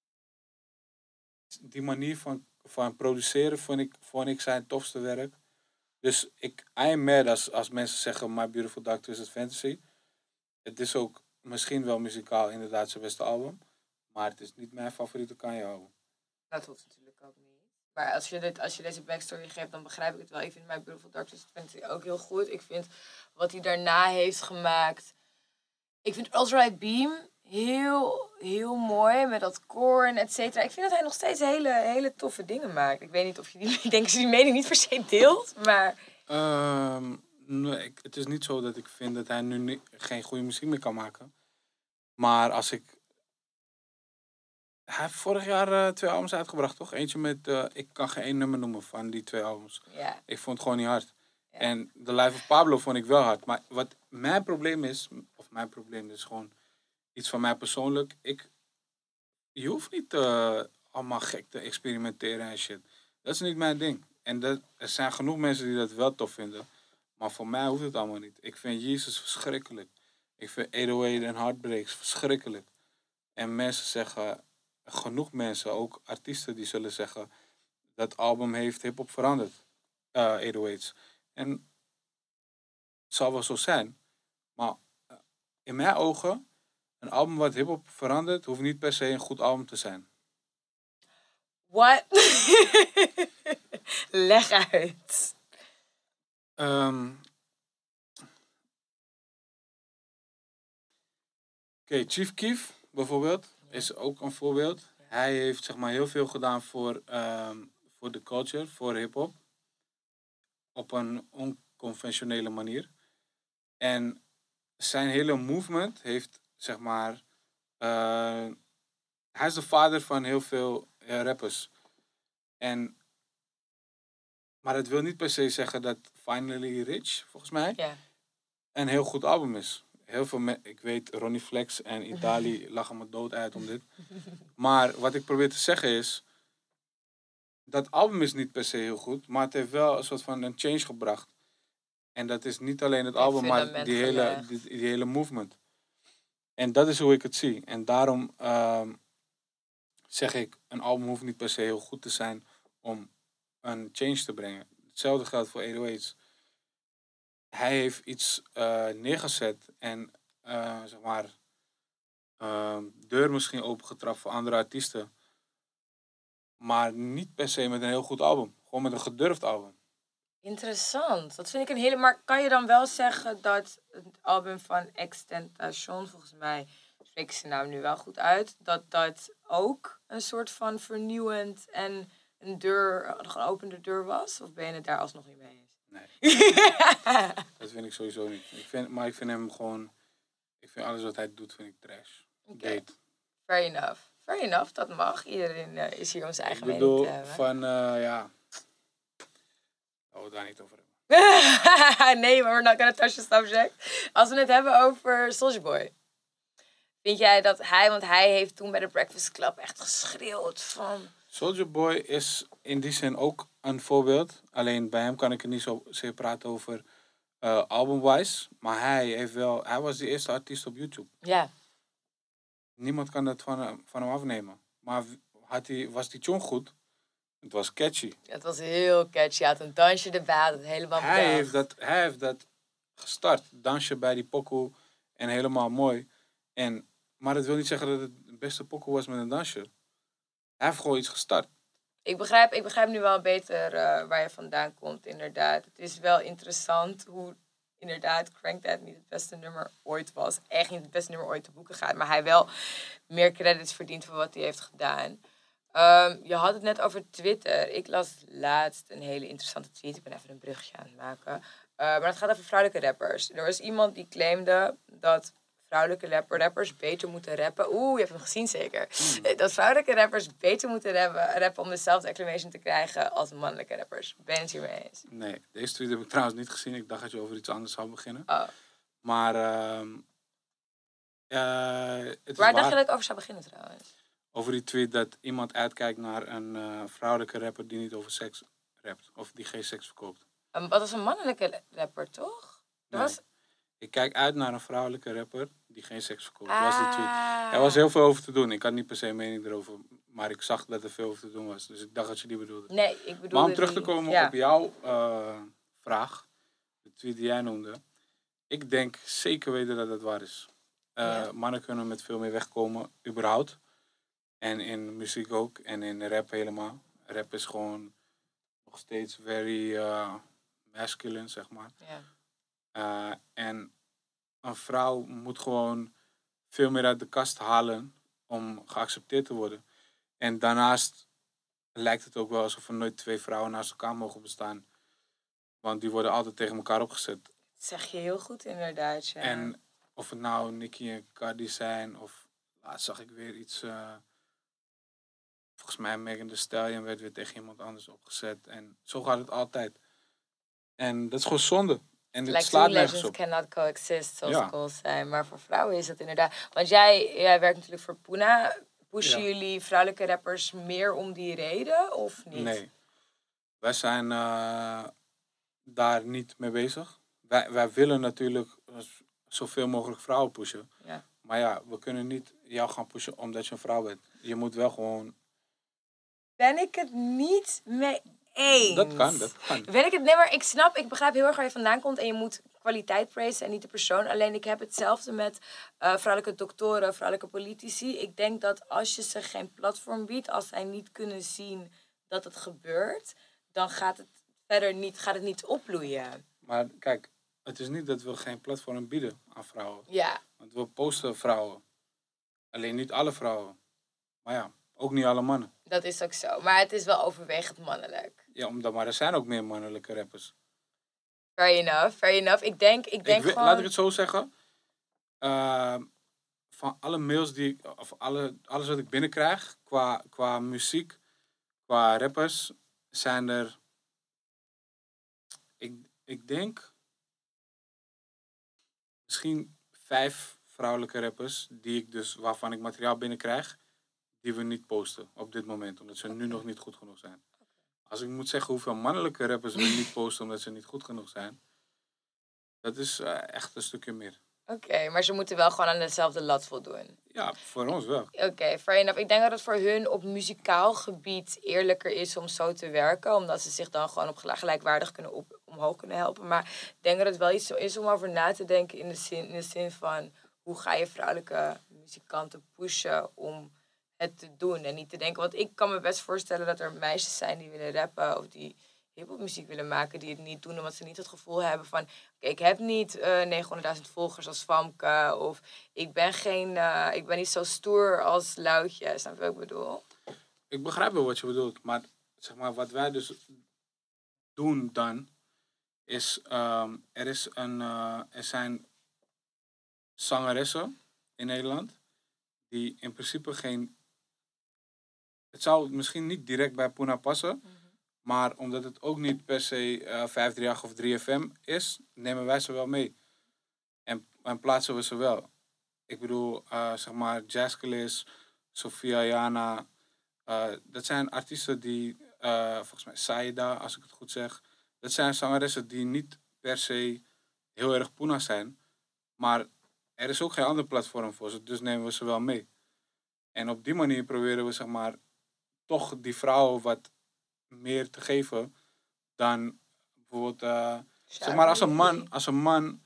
Die manier van produceren vond ik zijn tofste werk. Dus I am mad als mensen zeggen My Beautiful Dark Twisted Fantasy. Het is ook misschien wel muzikaal inderdaad zijn beste album. Maar het is niet mijn favoriete Kanye album. Dat hoeft natuurlijk ook niet. Maar als je deze backstory geeft, dan begrijp ik het wel. Ik vind My Beautiful Dark Twisted Fantasy ook heel goed. Ik vind wat hij daarna heeft gemaakt... Ik vind Ultra Beam heel, heel mooi. Met dat koor en et cetera. Ik vind dat hij nog steeds hele toffe dingen maakt. Ik weet niet of je ik denk dat je die mening niet per se deelt. Maar... Nee, het is niet zo dat ik vind dat hij nu geen goede muziek meer kan maken. Maar als ik... Hij heeft vorig jaar 2 albums uitgebracht, toch? Eentje met... ik kan geen 1 nummer noemen van die 2 albums. Ja. Ik vond het gewoon niet hard. Ja. En The Life of Pablo vond ik wel hard. Maar wat mijn probleem is... Of mijn probleem is gewoon iets van mij persoonlijk. Je hoeft niet allemaal gek te experimenteren en shit. Dat is niet mijn ding. En er zijn genoeg mensen die dat wel tof vinden. Maar voor mij hoeft het allemaal niet. Ik vind Jezus verschrikkelijk. Ik vind 808 en Heartbreaks verschrikkelijk. En mensen zeggen... Genoeg mensen, ook artiesten, die zullen zeggen... Dat album heeft hiphop veranderd. 808's. En het zal wel zo zijn. Maar in mijn ogen... Een album wat hiphop verandert... hoeft niet per se een goed album te zijn. What? Leg uit. Chief Keef bijvoorbeeld is ook een voorbeeld. Hij heeft zeg maar heel veel gedaan voor de culture, voor hip-hop. Op een onconventionele manier. En zijn hele movement heeft zeg maar... hij is de vader van heel veel rappers. Maar het wil niet per se zeggen dat Finally Rich, volgens mij, een heel goed album is. Heel veel ik weet, Ronnie Flex en Itali lachen me dood uit om dit. Maar wat ik probeer te zeggen is... Dat album is niet per se heel goed, maar het heeft wel een soort van een change gebracht. En dat is niet alleen het Een album, maar fundament die hele, gelegd. die hele movement. En dat is hoe ik het zie. En daarom zeg ik, een album hoeft niet per se heel goed te zijn om een change te brengen. Hetzelfde geldt voor 808's. Hij heeft iets neergezet en zeg maar deur misschien opengetrapt voor andere artiesten. Maar niet per se met een heel goed album. Gewoon met een gedurfd album. Interessant. Dat vind ik een hele... Maar kan je dan wel zeggen dat het album van Extentation, volgens mij spreek ik zijn naam nu wel goed uit, dat ook een soort van vernieuwend en een geopende deur was? Of ben je het daar alsnog niet mee eens? Nee, dat vind ik sowieso niet. Maar ik vind hem gewoon... Ik vind alles wat hij doet, vind ik trash. Oké. Date. Fair enough. Fair enough, dat mag. Iedereen is hier om zijn Ik eigen bedoel, mening te hebben. van ja... Oh, we daar niet over hebben. Nee, maar we're not gonna touch the subject. Als we het hebben over Soulja Boy. Vind jij dat hij... Want hij heeft toen bij de Breakfast Club echt geschreeuwd van... Soulja Boy is in die zin ook een voorbeeld. Alleen bij hem kan ik er niet zozeer praten over album-wise. Maar hij was de eerste artiest op YouTube. Ja. Niemand kan dat van hem afnemen. Maar was die tune goed? Het was catchy. Het was heel catchy. Hij had een dansje erbij, dat helemaal Hij bedacht. heeft dat gestart. Dansje bij die pokoe en helemaal mooi. Maar dat wil niet zeggen dat het de beste pokoe was met een dansje. Hij heeft gewoon iets gestart. Ik begrijp nu wel beter waar je vandaan komt, inderdaad. Het is wel interessant hoe inderdaad Crank That niet het beste nummer ooit was. Echt niet het beste nummer ooit te boeken gaat. Maar hij wel meer credits verdient voor wat hij heeft gedaan. Je had het net over Twitter. Ik las laatst een hele interessante tweet. Ik ben even een brugje aan het maken. Maar het gaat over vrouwelijke rappers. Er was iemand die claimde dat vrouwelijke rappers beter moeten rappen. Oeh, je hebt hem gezien zeker. Dat vrouwelijke rappers beter moeten rappen om dezelfde acclamation te krijgen als mannelijke rappers. Ben je het hiermee eens? Nee, deze tweet heb ik trouwens niet gezien. Ik dacht dat je over iets anders zou beginnen. Oh. Maar het is Waar dacht waar. je dat ik over zou beginnen trouwens? Over die tweet dat iemand uitkijkt naar een vrouwelijke rapper die niet over seks rapt. Of die geen seks verkoopt. Wat was een mannelijke rapper, toch? Er Nee. was... Ik kijk uit naar een vrouwelijke rapper die geen seks verkoopt. Dat Ah. was die tweet. Er was heel veel over te doen. Ik had niet per se een mening erover. Maar ik zag dat er veel over te doen was. Dus ik dacht dat je die bedoelde. Nee, ik bedoel... Maar om terug te komen op jouw vraag. De tweet die jij noemde. Ik denk zeker weten dat het waar is. Ja. Mannen kunnen met veel meer wegkomen, überhaupt. En in muziek ook. En in rap helemaal. Rap is gewoon nog steeds very masculine, zeg maar. Ja. En een vrouw moet gewoon veel meer uit de kast halen om geaccepteerd te worden. En daarnaast lijkt het ook wel alsof er nooit twee vrouwen naast elkaar mogen bestaan. Want die worden altijd tegen elkaar opgezet. Dat zeg je heel goed inderdaad, ja. En of het nou Nicki en Cardi zijn, of laatst zag ik weer iets... volgens mij Megan Thee Stallion werd weer tegen iemand anders opgezet. En zo gaat het altijd. En dat is gewoon zonde. En het Like slaat two nergens legends op. cannot coexist, zoals Ja. goals zijn. Maar voor vrouwen is dat inderdaad... Want jij werkt natuurlijk voor Puna. Pushen Ja. jullie vrouwelijke rappers meer om die reden, of niet? Nee. Wij zijn daar niet mee bezig. Wij willen natuurlijk zoveel mogelijk vrouwen pushen. Ja. Maar ja, we kunnen niet jou gaan pushen omdat je een vrouw bent. Je moet wel gewoon... Ben ik het niet mee eens? Dat kan. Ben ik het? Nee, maar ik begrijp heel erg waar je vandaan komt. En je moet kwaliteit praisen en niet de persoon. Alleen ik heb hetzelfde met vrouwelijke doktoren, vrouwelijke politici. Ik denk dat als je ze geen platform biedt, als zij niet kunnen zien dat het gebeurt, dan gaat het verder niet opbloeien. Maar kijk, het is niet dat we geen platform bieden aan vrouwen. Ja. Want we posten vrouwen. Alleen niet alle vrouwen. Maar ja, ook niet alle mannen. Dat is ook zo. Maar het is wel overwegend mannelijk. Ja, maar er zijn ook meer mannelijke rappers. Fair enough. Ik denk gewoon... Laat ik het zo zeggen. Van alle mails alles wat ik binnenkrijg, qua muziek, qua rappers, zijn er... Ik denk... Misschien 5 vrouwelijke rappers waarvan ik materiaal binnenkrijg, die we niet posten op dit moment, omdat ze nu nog niet goed genoeg zijn. Als ik moet zeggen hoeveel mannelijke rappers we niet posten omdat ze niet goed genoeg zijn, Dat is echt een stukje meer. Oké, maar ze moeten wel gewoon aan dezelfde lat voldoen. Ja, voor ons wel. Oké, fair enough. Ik denk dat het voor hun op muzikaal gebied eerlijker is om zo te werken. Omdat ze zich dan gewoon op gelijkwaardig omhoog kunnen helpen. Maar ik denk dat het wel iets is om over na te denken in de zin van... Hoe ga je vrouwelijke muzikanten pushen om het te doen? En niet te denken... Want ik kan me best voorstellen dat er meisjes zijn die willen rappen... Of die hiphopmuziek willen maken, die het niet doen... Omdat ze niet het gevoel hebben van... Oké, ik heb niet 900.000 volgers als Famke... Of ik ben niet zo stoer als Loutje. Snap je wat ik bedoel? Ik begrijp wel wat je bedoelt. Maar zeg maar, wat wij dus doen dan... Is, er zijn zangeressen in Nederland... die in principe geen... Het zou misschien niet direct bij Puna passen... Maar omdat het ook niet per se 538 of 3FM is, nemen wij ze wel mee. En plaatsen we ze wel. Ik bedoel, zeg maar, Jazzkelis, Sofia Jana. Dat zijn artiesten die, volgens mij Saida, als ik het goed zeg. Dat zijn zangeressen die niet per se heel erg Puna zijn. Maar er is ook geen ander platform voor ze, dus nemen we ze wel mee. En op die manier proberen we, zeg maar, toch die vrouwen wat meer te geven dan bijvoorbeeld... zeg maar, als een man...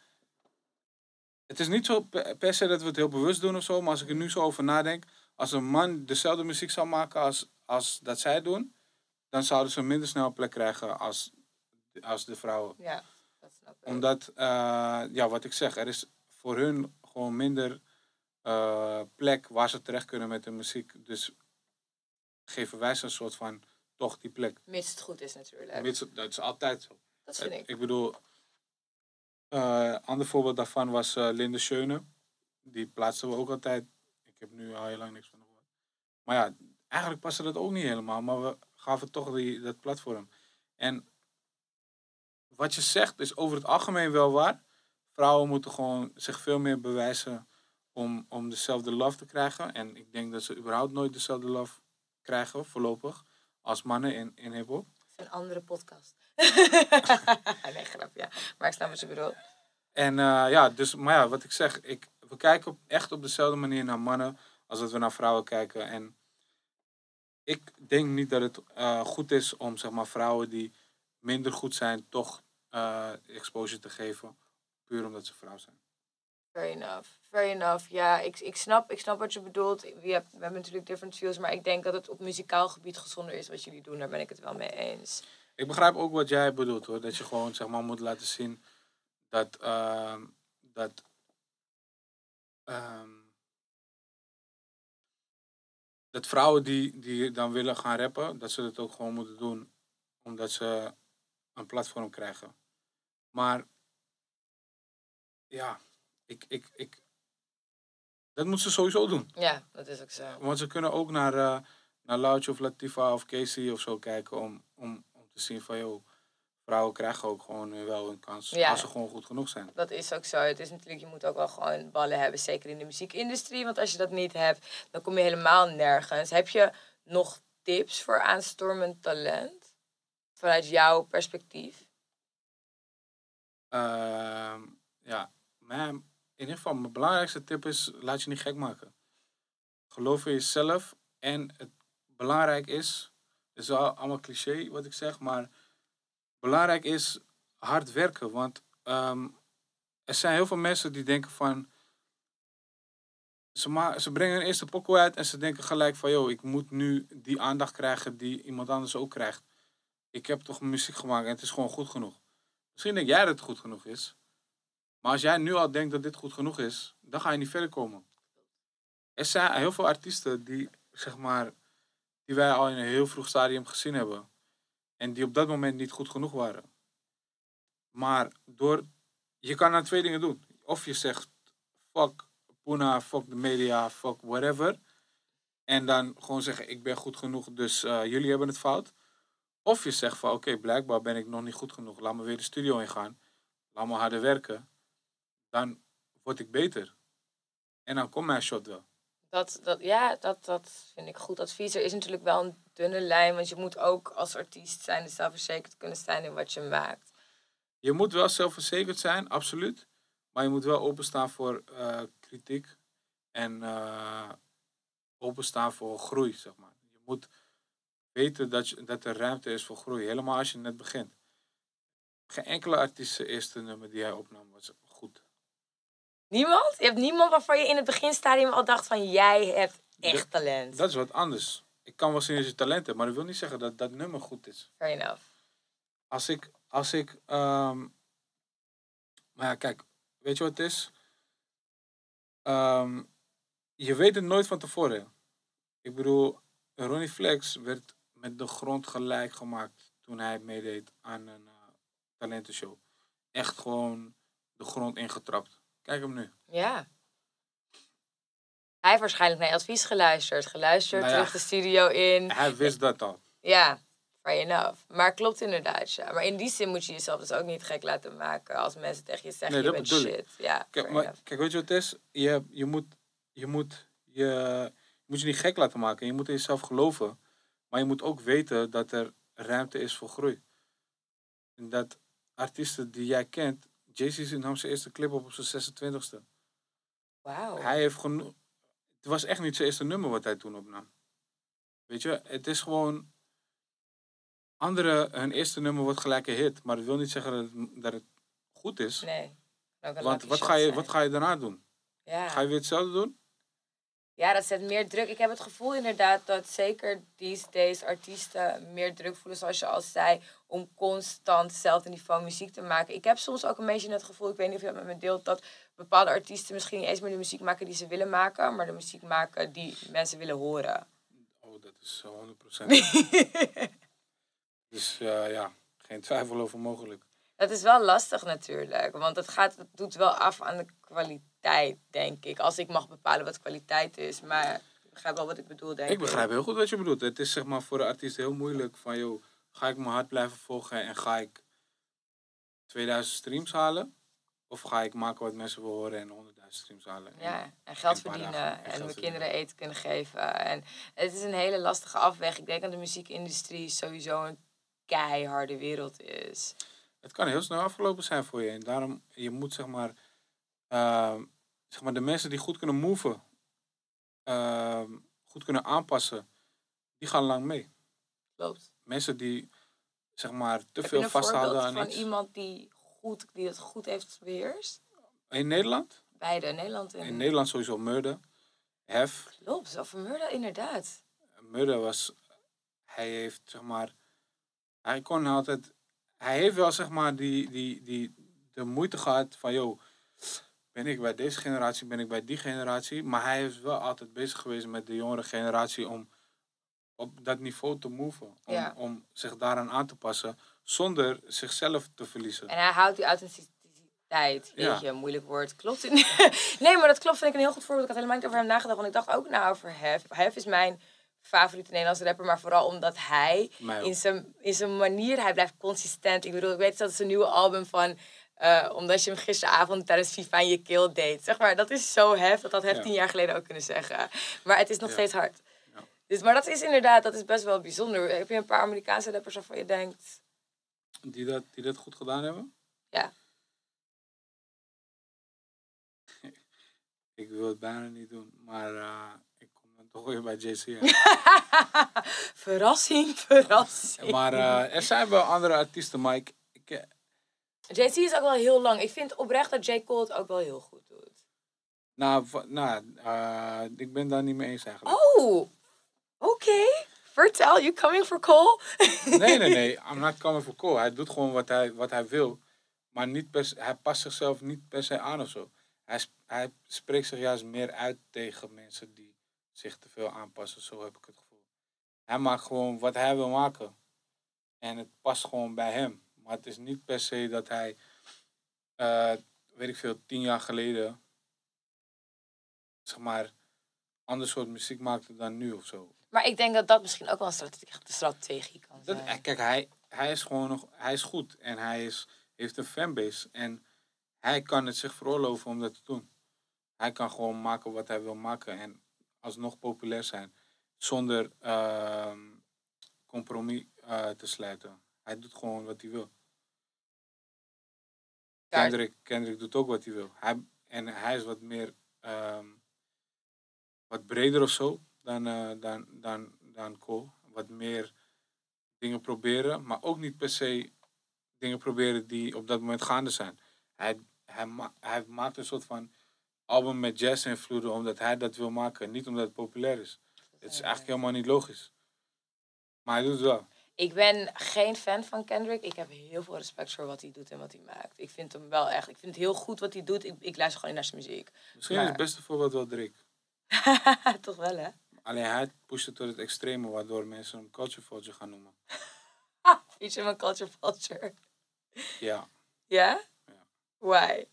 Het is niet zo per se dat we het heel bewust doen of zo, maar als ik er nu zo over nadenk... Als een man dezelfde muziek zou maken als dat zij doen... dan zouden ze minder snel een plek krijgen als de vrouwen. Ja, dat snap ik. Omdat, wat ik zeg, er is voor hun gewoon minder plek waar ze terecht kunnen met hun muziek. Dus geven wij ze een soort van toch die plek. Mits het goed is natuurlijk. Dat is altijd zo. Dat vind ik. Ik bedoel, ander voorbeeld daarvan was Linde Schöne. Die plaatsten we ook altijd. Ik heb nu al heel lang niks van gehoord. Maar ja, eigenlijk paste dat ook niet helemaal. Maar we gaven toch dat platform. En wat je zegt is over het algemeen wel waar. Vrouwen moeten gewoon zich veel meer bewijzen om dezelfde love te krijgen. En ik denk dat ze überhaupt nooit dezelfde love krijgen, voorlopig, als mannen in hiphop. Het is een andere podcast. Nee, grap, ja. Maar ik snap wat je bedoelt. En wat ik zeg, we kijken echt op dezelfde manier naar mannen als dat we naar vrouwen kijken. En ik denk niet dat het goed is om, zeg maar, vrouwen die minder goed zijn, toch exposure te geven. Puur omdat ze vrouw zijn. Fair enough. Ja, ik snap wat je bedoelt. We hebben natuurlijk different views, maar ik denk dat het op muzikaal gebied gezonder is wat jullie doen. Daar ben ik het wel mee eens. Ik begrijp ook wat jij bedoelt, hoor. Dat je gewoon, zeg maar, moet laten zien dat vrouwen die dan willen gaan rappen, dat ze het ook gewoon moeten doen omdat ze een platform krijgen. Maar ja, dat moeten ze sowieso doen. Ja, dat is ook zo. Want ze kunnen ook naar Loutje of Latifa of Casey of zo kijken om te zien van, joh, vrouwen krijgen ook gewoon wel een kans als ze gewoon goed genoeg zijn. Dat is ook zo. Het is natuurlijk, je moet ook wel gewoon ballen hebben, zeker in de muziekindustrie. Want als je dat niet hebt, dan kom je helemaal nergens. Heb je nog tips voor aanstormend talent? Vanuit jouw perspectief? In ieder geval, mijn belangrijkste tip is, laat je niet gek maken. Geloof in jezelf. En het belangrijk is, het is wel allemaal cliché wat ik zeg, maar belangrijk is hard werken. Want er zijn heel veel mensen die denken van, ze brengen hun eerste pokoe uit en ze denken gelijk van, joh, ik moet nu die aandacht krijgen die iemand anders ook krijgt. Ik heb toch muziek gemaakt en het is gewoon goed genoeg. Misschien denk jij dat het goed genoeg is. Maar als jij nu al denkt dat dit goed genoeg is, dan ga je niet verder komen. Er zijn heel veel artiesten die, zeg maar, die wij al in een heel vroeg stadium gezien hebben. En die op dat moment niet goed genoeg waren. Maar je kan dan twee dingen doen. Of je zegt, fuck Puna, fuck de media, fuck whatever. En dan gewoon zeggen, ik ben goed genoeg, dus jullie hebben het fout. Of je zegt van, oké, blijkbaar ben ik nog niet goed genoeg. Laat me weer de studio ingaan. Laat me harder werken. Dan word ik beter. En dan komt mijn shot wel. Dat vind ik goed advies. Er is natuurlijk wel een dunne lijn, want je moet ook als artiest zijn, zelfverzekerd kunnen zijn in wat je maakt. Je moet wel zelfverzekerd zijn, absoluut. Maar je moet wel openstaan voor kritiek. En openstaan voor groei, zeg maar. Je moet weten dat er ruimte is voor groei. Helemaal als je net begint. Geen enkele artiest zijn eerste nummer die hij opnam was goed. Niemand? Je hebt niemand waarvan je in het beginstadium al dacht van... jij hebt echt talent. Dat is wat anders. Ik kan wel zien dat je talent hebt, maar dat wil niet zeggen dat dat nummer goed is. Fair enough. Maar ja, kijk, weet je wat het is? Je weet het nooit van tevoren. Ik bedoel, Ronnie Flex werd met de grond gelijk gemaakt toen hij meedeed aan een talentenshow. Echt gewoon de grond ingetrapt. Kijk hem nu. Ja. Hij heeft waarschijnlijk naar je advies geluisterd. Nou ja. Terug de studio in. Hij wist dat al. Ja, fair enough. Maar klopt inderdaad, ja. Maar in die zin moet je jezelf dus ook niet gek laten maken... als mensen tegen je zeggen, Nee, je dat bent bedoel ik. shit. Ja, Kijk, weet je wat het is? Je moet je niet gek laten maken. Je moet in jezelf geloven. Maar je moet ook weten dat er ruimte is voor groei. En dat artiesten die jij kent... Jay-Z nam zijn eerste clip op zijn 26e. Wauw. Hij heeft genoeg... Het was echt niet zijn eerste nummer wat hij toen opnam. Weet je, het is gewoon... Hun eerste nummer wordt gelijk een hit. Maar dat wil niet zeggen dat het goed is. Nee. Ook een Want lucky wat shot ga je zijn. daarna doen? Ja. Ga je weer hetzelfde doen? Ja, dat zet meer druk. Ik heb het gevoel inderdaad dat zeker these days artiesten meer druk voelen, zoals je al zei, om constant hetzelfde niveau muziek te maken. Ik heb soms ook een beetje het gevoel, ik weet niet of je dat met me deelt, dat bepaalde artiesten misschien niet eens meer de muziek maken die ze willen maken, maar de muziek maken die mensen willen horen. Oh, dat is 100%. Dus ja, geen twijfel over mogelijk. Dat is wel lastig natuurlijk, want het doet wel af aan de kwaliteit, denk ik. Als ik mag bepalen wat kwaliteit is, maar ik begrijp wel wat ik bedoel, denk ik. Ik begrijp heel goed wat je bedoelt. Het is zeg maar voor de artiest heel moeilijk van, joh, ga ik mijn hart blijven volgen en ga ik 2000 streams halen? Of ga ik maken wat mensen willen horen en 100.000 streams halen? Ja, en geld een paar verdienen dagen en geld mijn verdienen. kinderen eten kunnen geven. En het is een hele lastige afweg. Ik denk dat de muziekindustrie sowieso een keiharde wereld is. Het kan heel snel afgelopen zijn voor je. En daarom, je moet zeg maar de mensen die goed kunnen moven, goed kunnen aanpassen, die gaan lang mee. Klopt. Mensen die zeg maar te Heb je veel een vasthouden voorbeeld aan van iets. iemand die het goed heeft beheerst? In Nederland? Beide, Nederland en... In Nederland sowieso Murder. Hef. Klopt, zo Vermeulen, inderdaad. Murder was, hij heeft wel zeg maar de moeite gehad van, joh, ben ik bij deze generatie, ben ik bij die generatie. Maar hij is wel altijd bezig geweest met de jongere generatie om op dat niveau te moven. Om zich daaraan aan te passen, zonder zichzelf te verliezen. En hij houdt die authenticiteit. Ja. Weet je, een moeilijk woord. Klopt. Nee, maar dat klopt. Vind ik een heel goed voorbeeld. Ik had helemaal niet over hem nagedacht. Want ik dacht ook na over Hef. Hef is mijn favoriete Nederlandse rapper. Maar vooral omdat hij in zijn manier, hij blijft consistent. Ik bedoel, ik weet dat het een nieuwe album van... omdat je hem gisteravond tijdens FIFA in je keel deed. Zeg maar, dat is zo Hef. Dat had Hef 10 jaar geleden ook kunnen zeggen. Maar het is nog steeds hard. Ja. Dus, maar dat is inderdaad, dat is best wel bijzonder. Heb je een paar Amerikaanse rappers waarvan je denkt... Die dat goed gedaan hebben? Ja. Ik wil het bijna niet doen, maar ik kom dan toch weer bij JC. Verrassing, verrassing. Maar er zijn wel andere artiesten, maar Jay-Z is ook wel heel lang. Ik vind oprecht dat J. Cole het ook wel heel goed doet. Ik ben daar niet mee eens eigenlijk. Oh, oké. Vertel, you coming for Cole? Nee. I'm not coming for Cole. Hij doet gewoon wat hij wil. Maar hij past zichzelf niet per se aan of zo. Hij spreekt zich juist meer uit tegen mensen die zich te veel aanpassen. Zo heb ik het gevoel. Hij maakt gewoon wat hij wil maken. En het past gewoon bij hem. Maar het is niet per se dat hij, 10 jaar geleden, zeg maar, ander soort muziek maakte dan nu of zo. Maar ik denk dat dat misschien ook wel een strategie kan zijn. Kijk, hij is gewoon hij is goed. En heeft een fanbase. En hij kan het zich veroorloven om dat te doen. Hij kan gewoon maken wat hij wil maken. En alsnog populair zijn. Zonder compromis te sluiten. Hij doet gewoon wat hij wil. Kendrick doet ook wat hij wil. Hij is wat meer... wat breder of zo dan Cole. Wat meer dingen proberen. Maar ook niet per se dingen proberen die op dat moment gaande zijn. Hij maakt een soort van album met jazz-invloeden omdat hij dat wil maken. Niet omdat het populair is. Het is eigenlijk helemaal niet logisch. Maar hij doet het wel. Ik ben geen fan van Kendrick. Ik heb heel veel respect voor wat hij doet en wat hij maakt. Ik vind hem wel echt... Ik vind het heel goed wat hij doet. Ik luister gewoon naar zijn muziek. Misschien is het beste voorbeeld wel Drake. Toch wel, hè? Alleen hij pusht het tot het extreme, waardoor mensen hem culture vulture gaan noemen. Iets van culture vulture. Ja. Ja? Ja. Why?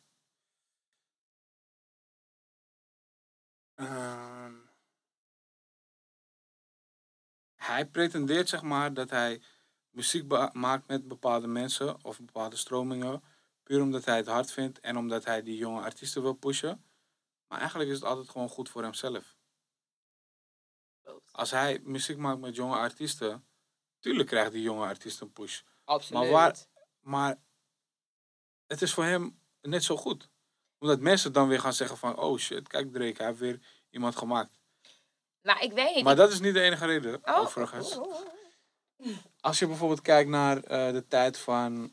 Hij pretendeert, zeg maar, dat hij muziek maakt met bepaalde mensen of bepaalde stromingen. Puur omdat hij het hard vindt en omdat hij die jonge artiesten wil pushen. Maar eigenlijk is het altijd gewoon goed voor hemzelf. Als hij muziek maakt met jonge artiesten, tuurlijk krijgt die jonge artiest een push. Absoluut. Maar het is voor hem net zo goed. Omdat mensen dan weer gaan zeggen van, oh shit, kijk Drake, hij heeft weer iemand gemaakt. Maar ik weet niet. Maar dat is niet de enige reden, overigens. Als je bijvoorbeeld kijkt naar de tijd van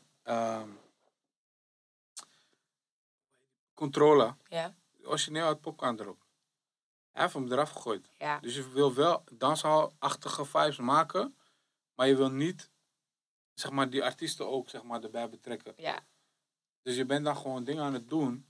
Controller. Ja. Origineel had Popcorn erop. Hij heeft hem eraf gegooid. Ja. Dus je wil wel dancehall-achtige vibes maken, maar je wil niet, zeg maar, die artiesten ook, zeg maar, erbij betrekken. Ja. Dus je bent dan gewoon dingen aan het doen.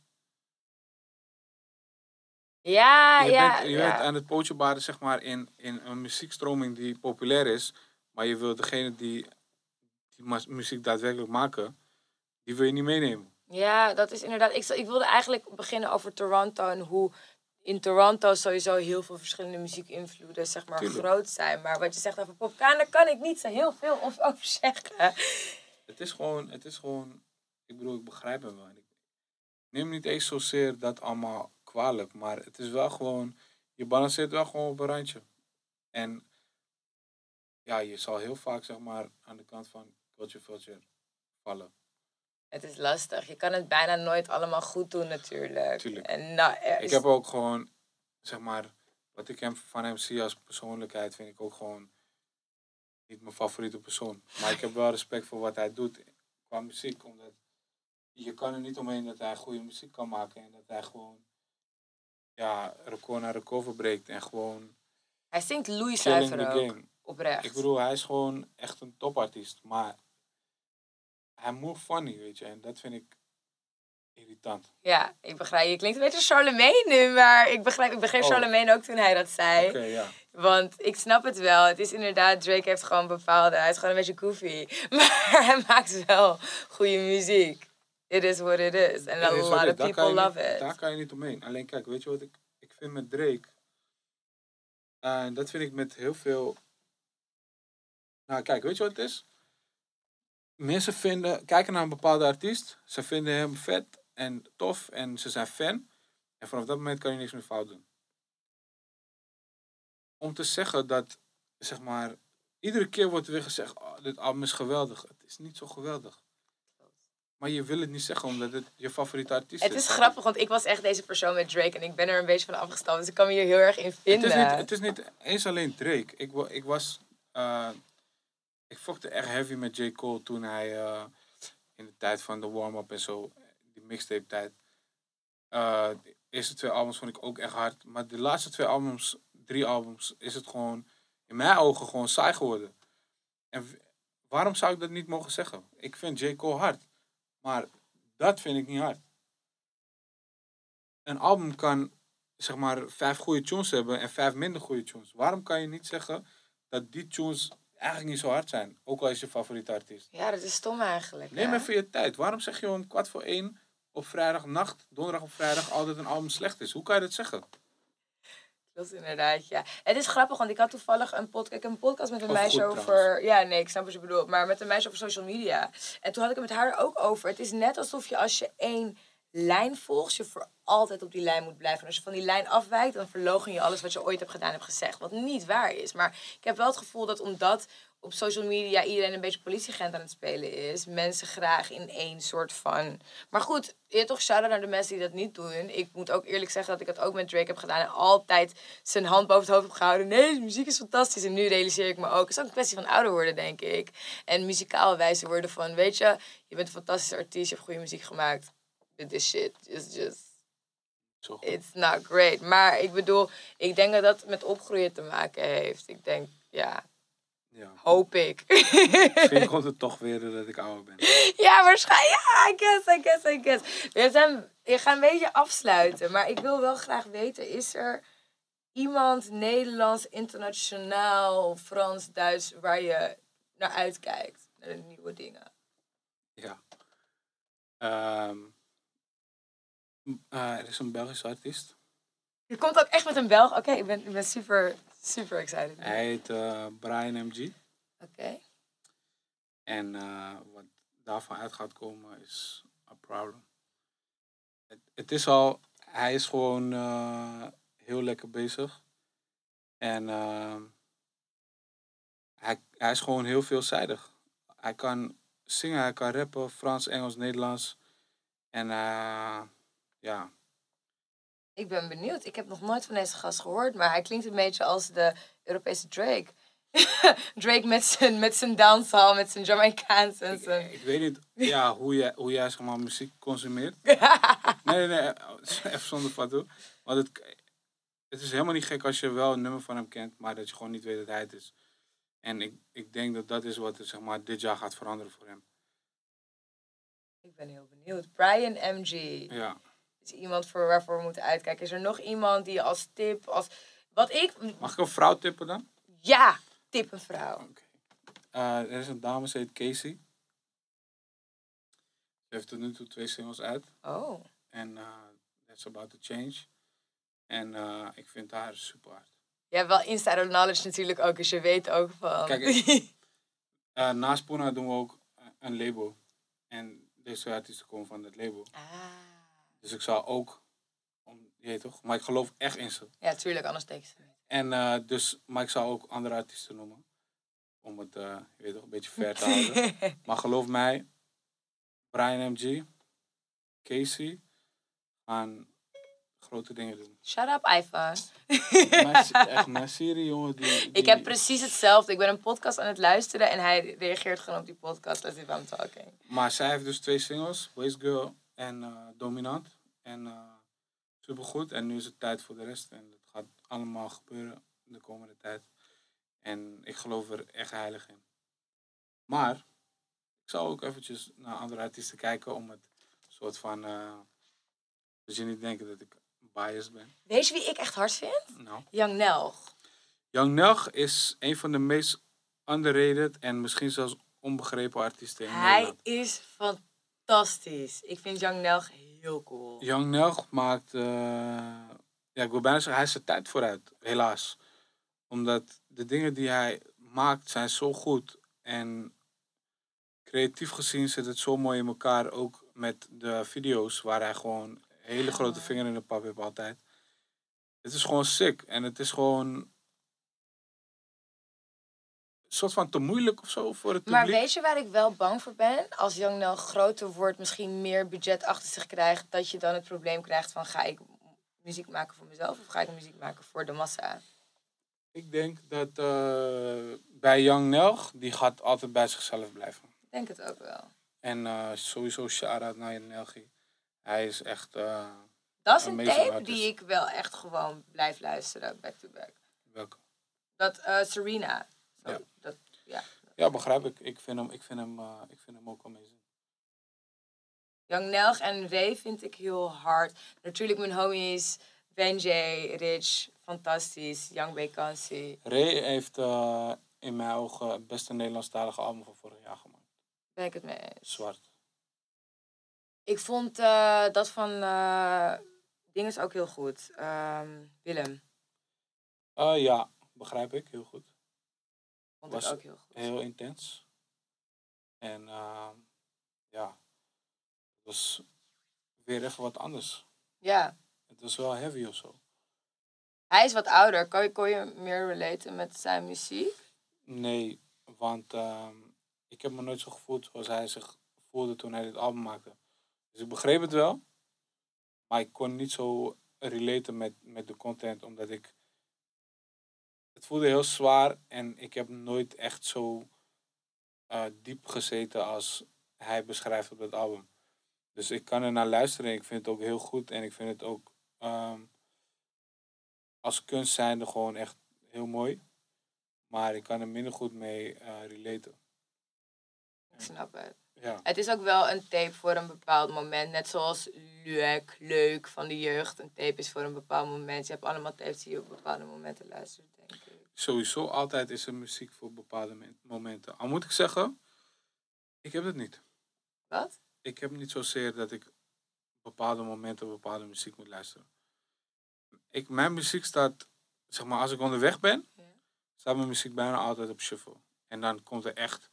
Ja, Je bent aan het pootje baden, zeg maar, in een muziekstroming die populair is, maar je wil degene die muziek daadwerkelijk maken, die wil je niet meenemen. Ja, dat is inderdaad... Ik wilde eigenlijk beginnen over Toronto en hoe in Toronto sowieso heel veel verschillende muziekinvloeden, zeg maar, groot zijn. Maar wat je zegt over Popcorn, daar kan ik niet zo heel veel over zeggen. Het is gewoon, ik bedoel, ik begrijp hem wel. Ik neem niet eens zozeer dat allemaal kwalijk, maar het is wel gewoon, je balanceert wel gewoon op een randje. En ja, je zal heel vaak, zeg maar, aan de kant van culture vulture vallen. Het is lastig. Je kan het bijna nooit allemaal goed doen natuurlijk. Tuurlijk. En Ik heb ook gewoon, zeg maar, wat ik van hem zie als persoonlijkheid, vind ik ook gewoon niet mijn favoriete persoon. Maar ik heb wel respect voor wat hij doet qua muziek, omdat je kan er niet omheen dat hij goede muziek kan maken en dat hij gewoon, ja, record na record verbreekt en gewoon Hij zingt Louis killing zuiver the ook. game. Oprecht. Ik bedoel, hij is gewoon echt een topartiest, maar hij move funny, weet je, en dat vind ik irritant. Ja, ik begrijp. Je klinkt een beetje Charlemagne nu, maar ik begreep Charlemagne ook toen hij dat zei. Oké, ja. Want ik snap het wel. Het is inderdaad, Drake heeft gewoon bepaalde... Hij is gewoon een beetje goofy. Maar hij maakt wel goede muziek. It is what it is. And a lot of people love it. Daar kan je niet omheen. Alleen kijk, weet je wat ik vind met Drake? En dat vind ik met heel veel... Nou kijk, weet je wat het is? Mensen kijken naar een bepaalde artiest. Ze vinden hem vet en tof en ze zijn fan. En vanaf dat moment kan je niks meer fout doen. Om te zeggen dat, zeg maar, iedere keer wordt er weer gezegd, oh, dit album is geweldig. Het is niet zo geweldig. Maar je wil het niet zeggen omdat het je favoriete artiest is. Het is grappig, want ik was echt deze persoon met Drake en ik ben er een beetje van afgestapt. Dus ik kan me hier heel erg in vinden. Het is niet eens alleen Drake. Ik fokte echt heavy met J. Cole toen hij in de tijd van de warm-up en zo, die mixtape tijd. De eerste 2 albums vond ik ook echt hard. Maar de laatste 3 albums, is het gewoon in mijn ogen gewoon saai geworden. En waarom zou ik dat niet mogen zeggen? Ik vind J. Cole hard. Maar dat vind ik niet hard. Een album kan, zeg maar, 5 goede tunes hebben en 5 minder goede tunes. Waarom kan je niet zeggen dat die tunes eigenlijk niet zo hard zijn? Ook al is je favoriete artiest. Ja, dat is stom eigenlijk. Neem even je tijd. Waarom zeg je om 1:15 op vrijdagnacht, donderdag op vrijdag, altijd een album slecht is? Hoe kan je dat zeggen? Dat is inderdaad, ja. Het is grappig, want ik had toevallig een podcast met een meisje goed, over... trouwens. Ja, nee, ik snap wat je bedoelt. Maar met een meisje over social media. En toen had ik het met haar ook over. Het is net alsof je als je 1 lijn volgt, je voor altijd op die lijn moet blijven. En als je van die lijn afwijkt, dan verloochen je alles wat je ooit hebt gedaan, hebt gezegd. Wat niet waar is. Maar ik heb wel het gevoel dat omdat op social media iedereen een beetje politieagent aan het spelen is, mensen graag in één soort van... Maar goed, je toch shout-out naar de mensen die dat niet doen. Ik moet ook eerlijk zeggen dat ik dat ook met Drake heb gedaan en altijd zijn hand boven het hoofd heb gehouden. Nee, de muziek is fantastisch. En nu realiseer ik me ook, het is ook een kwestie van ouder worden, denk ik. En muzikaal wijzer worden van, weet je bent een fantastische artiest, je hebt goede muziek gemaakt. But this shit is just... Zo goed. It's not great. Maar ik bedoel, ik denk dat dat met opgroeien te maken heeft. Ik denk, ja, Ja. hoop ik. Misschien komt het toch weer dat ik ouder ben. Ja, waarschijnlijk. Ja, I guess. We gaan een beetje afsluiten. Maar ik wil wel graag weten, is er iemand Nederlands, internationaal, Frans, Duits, waar je naar uitkijkt? Naar de nieuwe dingen. Ja. Er is een Belgische artiest. Je komt ook echt met een Belg. Oké, ik ben super, super excited. Hij heet Brian MG. Oké. En wat daarvan uit gaat komen is a problem. Het is al... Hij is gewoon heel lekker bezig. En hij is gewoon heel veelzijdig. Hij kan zingen, hij kan rappen, Frans, Engels, Nederlands. En ja... Ik ben benieuwd. Ik heb nog nooit van deze gast gehoord, maar hij klinkt een beetje als de Europese Drake. Drake met zijn dancehall, met zijn Jamaicaans en zijn... Ik weet niet hoe jij zeg maar, muziek consumeert. Nee, even zonder fatsoen. Want het is helemaal niet gek als je wel een nummer van hem kent, maar dat je gewoon niet weet dat hij het is. En ik denk dat dat is wat zeg maar, dit jaar gaat veranderen voor hem. Ik ben heel benieuwd. Brian MG. Ja. Is iemand waarvoor we moeten uitkijken. Is er nog iemand die als tip, als... Wat ik... Mag ik een vrouw tippen dan? Ja, tip een vrouw. Oké. Er is een dame, ze heet Casey. Ze heeft tot nu toe 2 singles uit. Oh. En That's About to Change. En ik vind haar super hard. Je hebt wel insider knowledge natuurlijk ook, dus je weet ook van... Kijk, naast Puna doen we ook een label. En deze 2 artiesten komen van dat label. Ah. Dus ik zou ook... Je weet toch? Maar ik geloof echt in ze. Ja, tuurlijk, anders teken ze niet. En maar ik zou ook andere artiesten noemen. Om het, je weet toch, een beetje fair te houden. Maar geloof mij, Brian MG, Casey gaan grote dingen doen. Shut up, iPhone. Mijn Siri, jongen, Ik heb precies hetzelfde. Ik ben een podcast aan het luisteren en hij reageert gewoon op die podcast as if I'm talking. Maar zij heeft dus 2 singles, Waste Girl en Dominant. En supergoed. En nu is het tijd voor de rest. En het gaat allemaal gebeuren de komende tijd. En ik geloof er echt heilig in. Maar ik zou ook eventjes naar andere artiesten kijken om het soort van... dus je niet denken dat ik biased ben. Weet je wie ik echt hard vind? Nou. Young Nelg. Young Nelg is een van de meest underrated en misschien zelfs onbegrepen artiesten in Nederland. Hij is fantastisch. Ik vind Young Nelg heel cool. Young Nelg maakt... ja, ik wil bijna zeggen, hij is zijn tijd vooruit. Helaas. Omdat de dingen die hij maakt zijn zo goed. En creatief gezien zit het zo mooi in elkaar. Ook met de video's waar hij gewoon een hele grote vinger in de pap heeft altijd. Het is gewoon sick. En het is gewoon... een soort van te moeilijk of zo voor het publiek. Maar weet je waar ik wel bang voor ben? Als Young Nelg groter wordt, misschien meer budget achter zich krijgt, dat je dan het probleem krijgt van ga ik muziek maken voor mezelf of ga ik muziek maken voor de massa? Ik denk dat bij Young Nelg, die gaat altijd bij zichzelf blijven. Ik denk het ook wel. En sowieso shout-out naar Nelgi. Hij is echt... Dat is een amazing tape artist. die ik wel echt gewoon blijf luisteren, back-to-back. Welke? Dat Serena. Zo, Ja. Dat, ja. Ja, begrijp ik. Ik vind hem ook amazing. Young Nelg en Ray vind ik heel hard. Natuurlijk mijn homies, Benjay, Rich, fantastisch, Young Vacancy. Ray heeft in mijn ogen het beste Nederlandstalige album van vorig jaar gemaakt. Ben ik het mee eens. Zwart. Ik vond dat van Dinges ook heel goed. Willem. Ja, begrijp ik. Heel goed. Vond Was ik ook heel goed. Heel intens. En ja, het was weer echt wat anders. Ja. Het was wel heavy of zo. Hij is wat ouder. Kon je meer relaten met zijn muziek? Nee, want ik heb me nooit zo gevoeld zoals hij zich voelde toen hij dit album maakte. Dus ik begreep het wel, maar ik kon niet zo relaten met de content, omdat het voelde heel zwaar en ik heb nooit echt zo diep gezeten als hij beschrijft op dat album. Dus ik kan er naar luisteren en ik vind het ook heel goed en ik vind het ook als kunst zijnde gewoon echt heel mooi. Maar ik kan er minder goed mee relaten. Ik snap het. Ja. Het is ook wel een tape voor een bepaald moment. Net zoals Leuk van de jeugd. Een tape is voor een bepaald moment. Je hebt allemaal tapes die je op bepaalde momenten luistert, denk ik. Sowieso altijd is er muziek voor bepaalde momenten. Al moet ik zeggen, ik heb het niet. Wat? Ik heb niet zozeer dat ik bepaalde momenten bepaalde muziek moet luisteren. Mijn muziek staat, zeg maar, als ik onderweg ben, Ja. staat mijn muziek bijna altijd op shuffle. En dan komt er echt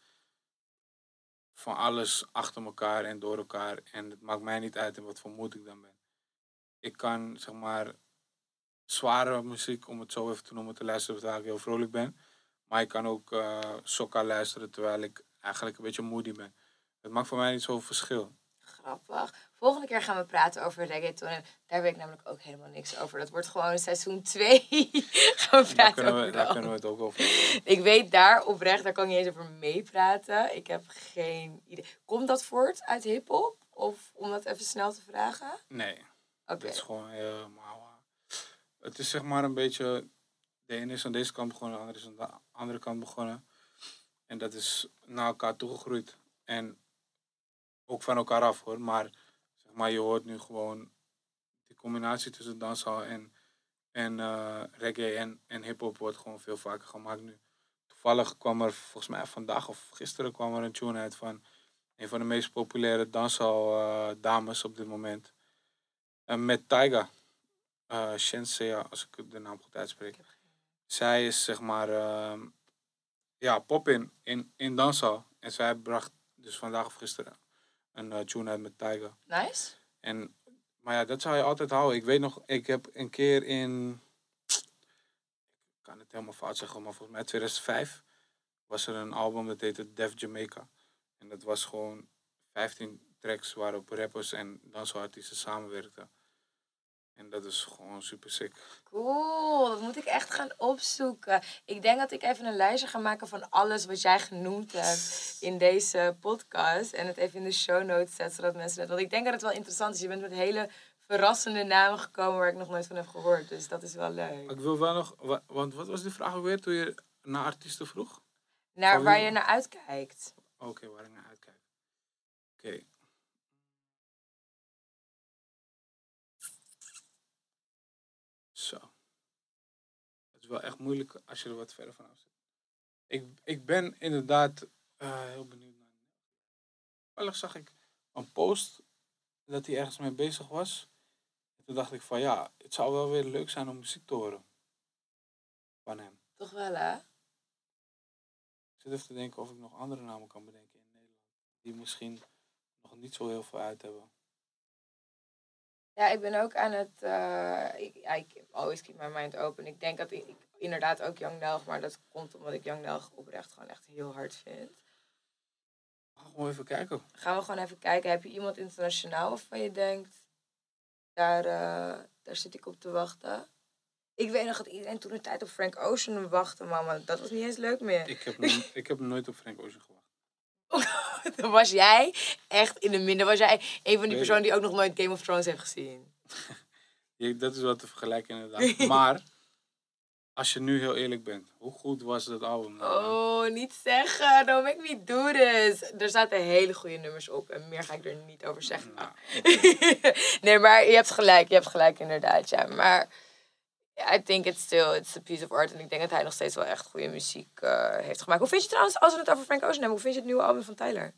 van alles achter elkaar en door elkaar. En het maakt mij niet uit in wat voor moed ik dan ben. Ik kan, zeg maar, zware muziek, om het zo even te noemen, te luisteren terwijl ik heel vrolijk ben. Maar ik kan ook sokka luisteren terwijl ik eigenlijk een beetje moody ben. Het maakt voor mij niet zoveel verschil. Grappig. Volgende keer gaan we praten over reggaeton. En daar weet ik namelijk ook helemaal niks over. Dat wordt gewoon seizoen 2. Gaan we praten over Daar dan. kunnen we het ook over hebben. Ik weet daar oprecht, daar kan ik niet eens over meepraten. Ik heb geen idee. Komt dat voort uit hiphop? Of om dat even snel te vragen? Nee, Oké. het is gewoon helemaal... het is zeg maar een beetje... De ene is aan deze kant begonnen, de andere is aan de andere kant begonnen. En dat is naar elkaar toegegroeid. En ook van elkaar af hoor. Maar, zeg maar je hoort nu gewoon die combinatie tussen dancehall en reggae en hiphop wordt gewoon veel vaker gemaakt nu. Toevallig kwam er volgens mij vandaag of gisteren kwam er een tune uit van een van de meest populaire dancehall dames op dit moment. Met Tyga. Shenzea, als ik de naam goed uitspreek. Zij is zeg maar pop in dancehall. En zij bracht dus vandaag of gisteren een tune uit met Tyga. Nice. Maar ja, dat zou je altijd houden. Ik weet nog, ik heb een keer ik kan het helemaal fout zeggen, maar volgens mij 2005 was er een album dat heette Def Jamaica. En dat was gewoon 15 tracks waarop rappers en danceartiesten samenwerkten. En dat is gewoon super sick. Cool, dat moet ik echt gaan opzoeken. Ik denk dat ik even een lijstje ga maken van alles wat jij genoemd hebt in deze podcast. En het even in de show notes zetten, zodat mensen het... Want ik denk dat het wel interessant is. Je bent met hele verrassende namen gekomen waar ik nog nooit van heb gehoord. Dus dat is wel leuk. Ik wil wel nog... Want wat was die vraag ook weer toen je naar artiesten vroeg? Naar waar je naar uitkijkt. Oké, waar ik naar uitkijk. Oké. Zo. Het is wel echt moeilijk als je er wat verder vanaf zit. Ik ben inderdaad heel benieuwd naar... Toevallig zag ik een post dat hij ergens mee bezig was. En toen dacht ik van ja, het zou wel weer leuk zijn om muziek te horen. Van hem. Toch wel, hè? Ik zit even te denken of ik nog andere namen kan bedenken in Nederland. Die misschien nog niet zo heel veel uit hebben. Ja, ik ben ook aan het... ik always keep my mind open. Ik denk dat ik inderdaad ook Young Nelg, maar dat komt omdat ik Young Nelg oprecht gewoon echt heel hard vind. Ga gewoon even kijken. Gaan we gewoon even kijken. Heb je iemand internationaal waarvan je denkt... Daar zit ik op te wachten. Ik weet nog dat iedereen toen een tijd op Frank Ocean wachtte, mama. Dat was niet eens leuk meer. Ik heb nooit op Frank Ocean gewacht. Dan was jij echt in de min. Dan was jij een van die Weet personen ik. die ook nog nooit Game of Thrones heeft gezien. Dat is wel te vergelijken inderdaad. Maar, als je nu heel eerlijk bent. Hoe goed was dat album? Oh, niet zeggen. Don't make me do this. Er zaten hele goede nummers op. En meer ga ik er niet over zeggen. Nou, Nee, maar je hebt gelijk. Je hebt gelijk inderdaad, ja. Maar I think it's a piece of art. En ik denk dat hij nog steeds wel echt goede muziek heeft gemaakt. Hoe vind je trouwens, als we het over Frank Ocean hebben, hoe vind je het nieuwe album van Tyler?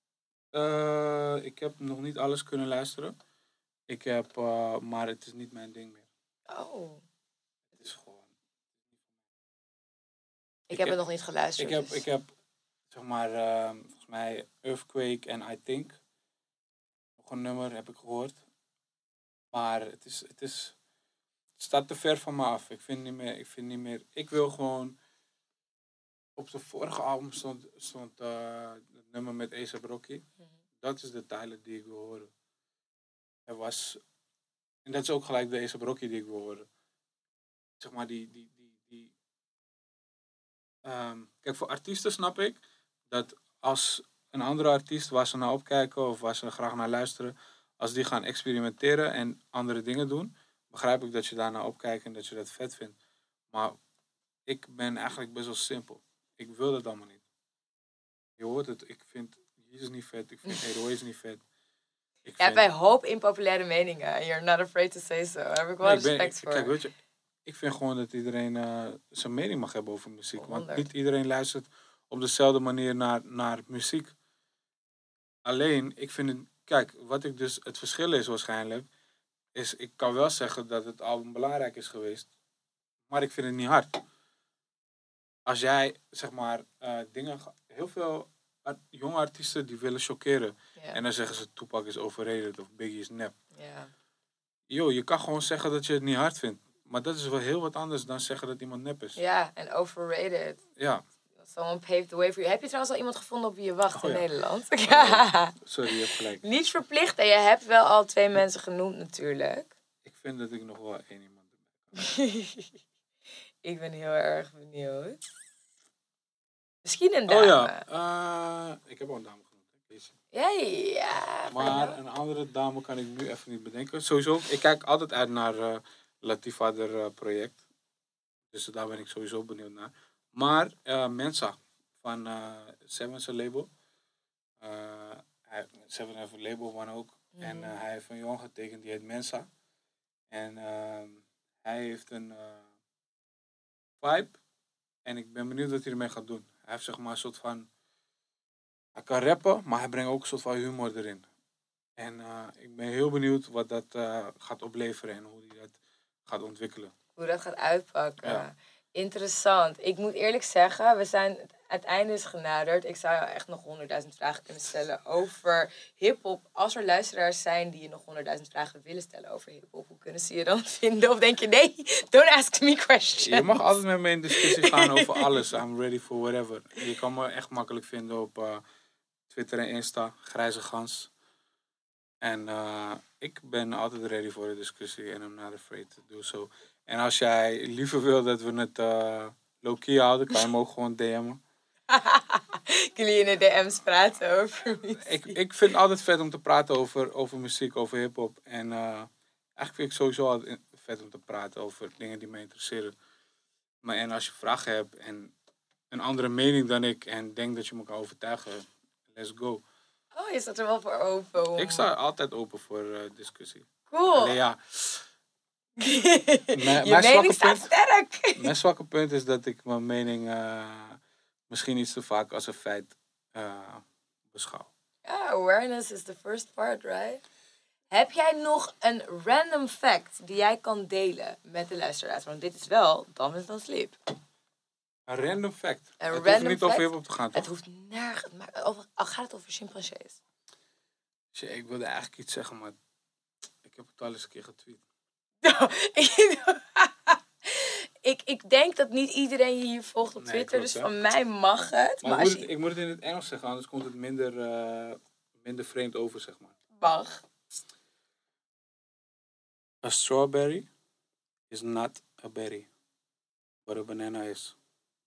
ik heb nog niet alles kunnen luisteren. Maar het is niet mijn ding meer. Oh. Het is gewoon... Ik heb het nog niet geluisterd. Ik heb zeg maar, volgens mij Earthquake en I Think. Nog een nummer heb ik gehoord. Maar het staat te ver van me af. Ik vind niet meer. Ik wil gewoon. Op de vorige album stond het nummer met A$AP Rocky. Dat is de Tyler die ik wil horen. En dat is ook gelijk de A$AP Rocky die ik wil horen. Zeg maar kijk, voor artiesten snap ik dat als een andere artiest waar ze naar opkijken of waar ze graag naar luisteren, als die gaan experimenteren en andere dingen doen, begrijp ik dat je daar naar opkijkt en dat je dat vet vindt. Maar ik ben eigenlijk best wel simpel. Ik wil dat allemaal niet. Je hoort het, ik vind Jezus niet vet, ik vind Heroes niet vet. Wij hoop in populaire meningen. You're not afraid to say so. Daar heb ik wel respect voor. Kijk, weet je, ik vind gewoon dat iedereen zijn mening mag hebben over muziek. 100. Want niet iedereen luistert op dezelfde manier naar muziek. Alleen, ik vind het... Kijk, het verschil is waarschijnlijk... is ik kan wel zeggen dat het album belangrijk is geweest. Maar ik vind het niet hard. Als jij, zeg maar, dingen... Heel veel jonge artiesten die willen chockeren. Yeah. En dan zeggen ze Tupac is overrated of Biggie is nep. Yeah. Yo, je kan gewoon zeggen dat je het niet hard vindt. Maar dat is wel heel wat anders dan zeggen dat iemand nep is. Ja, en overrated. Ja. Someone paved the way for you. Heb je trouwens al iemand gevonden op wie je wacht in Nederland? Sorry, je hebt gelijk. Niet verplicht en je hebt wel al 2 mensen genoemd natuurlijk. Ik vind dat ik nog wel 1 iemand heb. Ik ben heel erg benieuwd. Misschien een dame. Oh ja, ik heb al een dame genoemd. Ja. Maar een andere dame kan ik nu even niet bedenken. Sowieso, ik kijk altijd uit naar Latifader project. Dus daar ben ik sowieso benieuwd naar. Maar Mensa van Seven's label. Seven heeft een label van ook. En hij heeft een jongen getekend die heet Mensa. En hij heeft een vibe. En ik ben benieuwd wat hij ermee gaat doen. Hij heeft zeg maar een soort van... Hij kan rappen, maar hij brengt ook een soort van humor erin. En ik ben heel benieuwd wat dat gaat opleveren en hoe hij dat gaat ontwikkelen. Hoe dat gaat uitpakken. Ja. Interessant. Ik moet eerlijk zeggen, het einde is genaderd. Ik zou jou echt nog 100.000 vragen kunnen stellen over hiphop. Als er luisteraars zijn die je nog 100.000 vragen willen stellen over hiphop, hoe kunnen ze je dan vinden? Of denk je, nee, don't ask me questions. Je mag altijd met me in discussie gaan over alles. I'm ready for whatever. Je kan me echt makkelijk vinden op Twitter en Insta, Grijze Gans. En ik ben altijd ready voor de discussie en I'm not afraid to do so. En als jij liever wil dat we het low-key houden, kan je me ook gewoon DM'en. Kunnen jullie in de DM's praten over muziek? Ik vind het altijd vet om te praten over muziek, over hiphop. En eigenlijk vind ik sowieso altijd vet om te praten over dingen die me interesseren. Maar en als je vragen hebt en een andere mening dan ik en denkt dat je me kan overtuigen, let's go. Oh, je staat er wel voor open. Ik sta altijd open voor discussie. Cool. Alleen ja, je mening staat sterk. Mijn zwakke punt is dat ik mijn mening misschien iets te vaak als een feit beschouw. Ja, awareness is the first part, right? Heb jij nog een random fact die jij kan delen met de luisteraars? Want dit is wel Dumb Is Don't Sleep. Een random fact. Een het random hoeft niet fact? over hiphop te gaan, toch? Het hoeft nergens, maar al gaat het over chimpansees. Shit, ik wilde eigenlijk iets zeggen, maar ik heb het al eens een keer getweet. Ik denk dat niet iedereen je hier volgt op Twitter, klopt, dus ja. van mij mag het. Maar Maar ik moet het in het Engels zeggen, anders komt het minder vreemd over, zeg maar. mag. A strawberry is not a berry, but a banana is.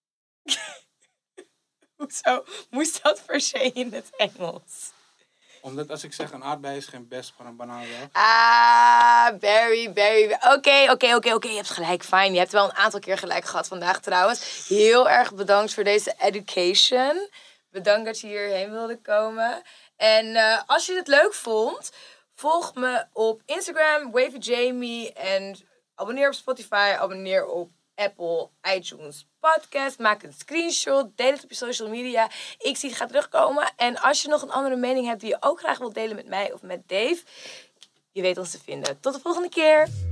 Hoezo moest dat per se in het Engels? Omdat als ik zeg een aardbei is geen best, maar een banaan wel. Berry. Oké. Je hebt gelijk, fijn. Je hebt wel een aantal keer gelijk gehad vandaag trouwens. Heel erg bedankt voor deze education. Bedankt dat je hierheen wilde komen. En als je het leuk vond, volg me op Instagram, WavyJamie. En abonneer op Spotify, abonneer op Apple, iTunes, podcast. Maak een screenshot, deel het op je social media. Ik zie het gaat terugkomen. En als je nog een andere mening hebt die je ook graag wilt delen met mij of met Dave, je weet ons te vinden. Tot de volgende keer.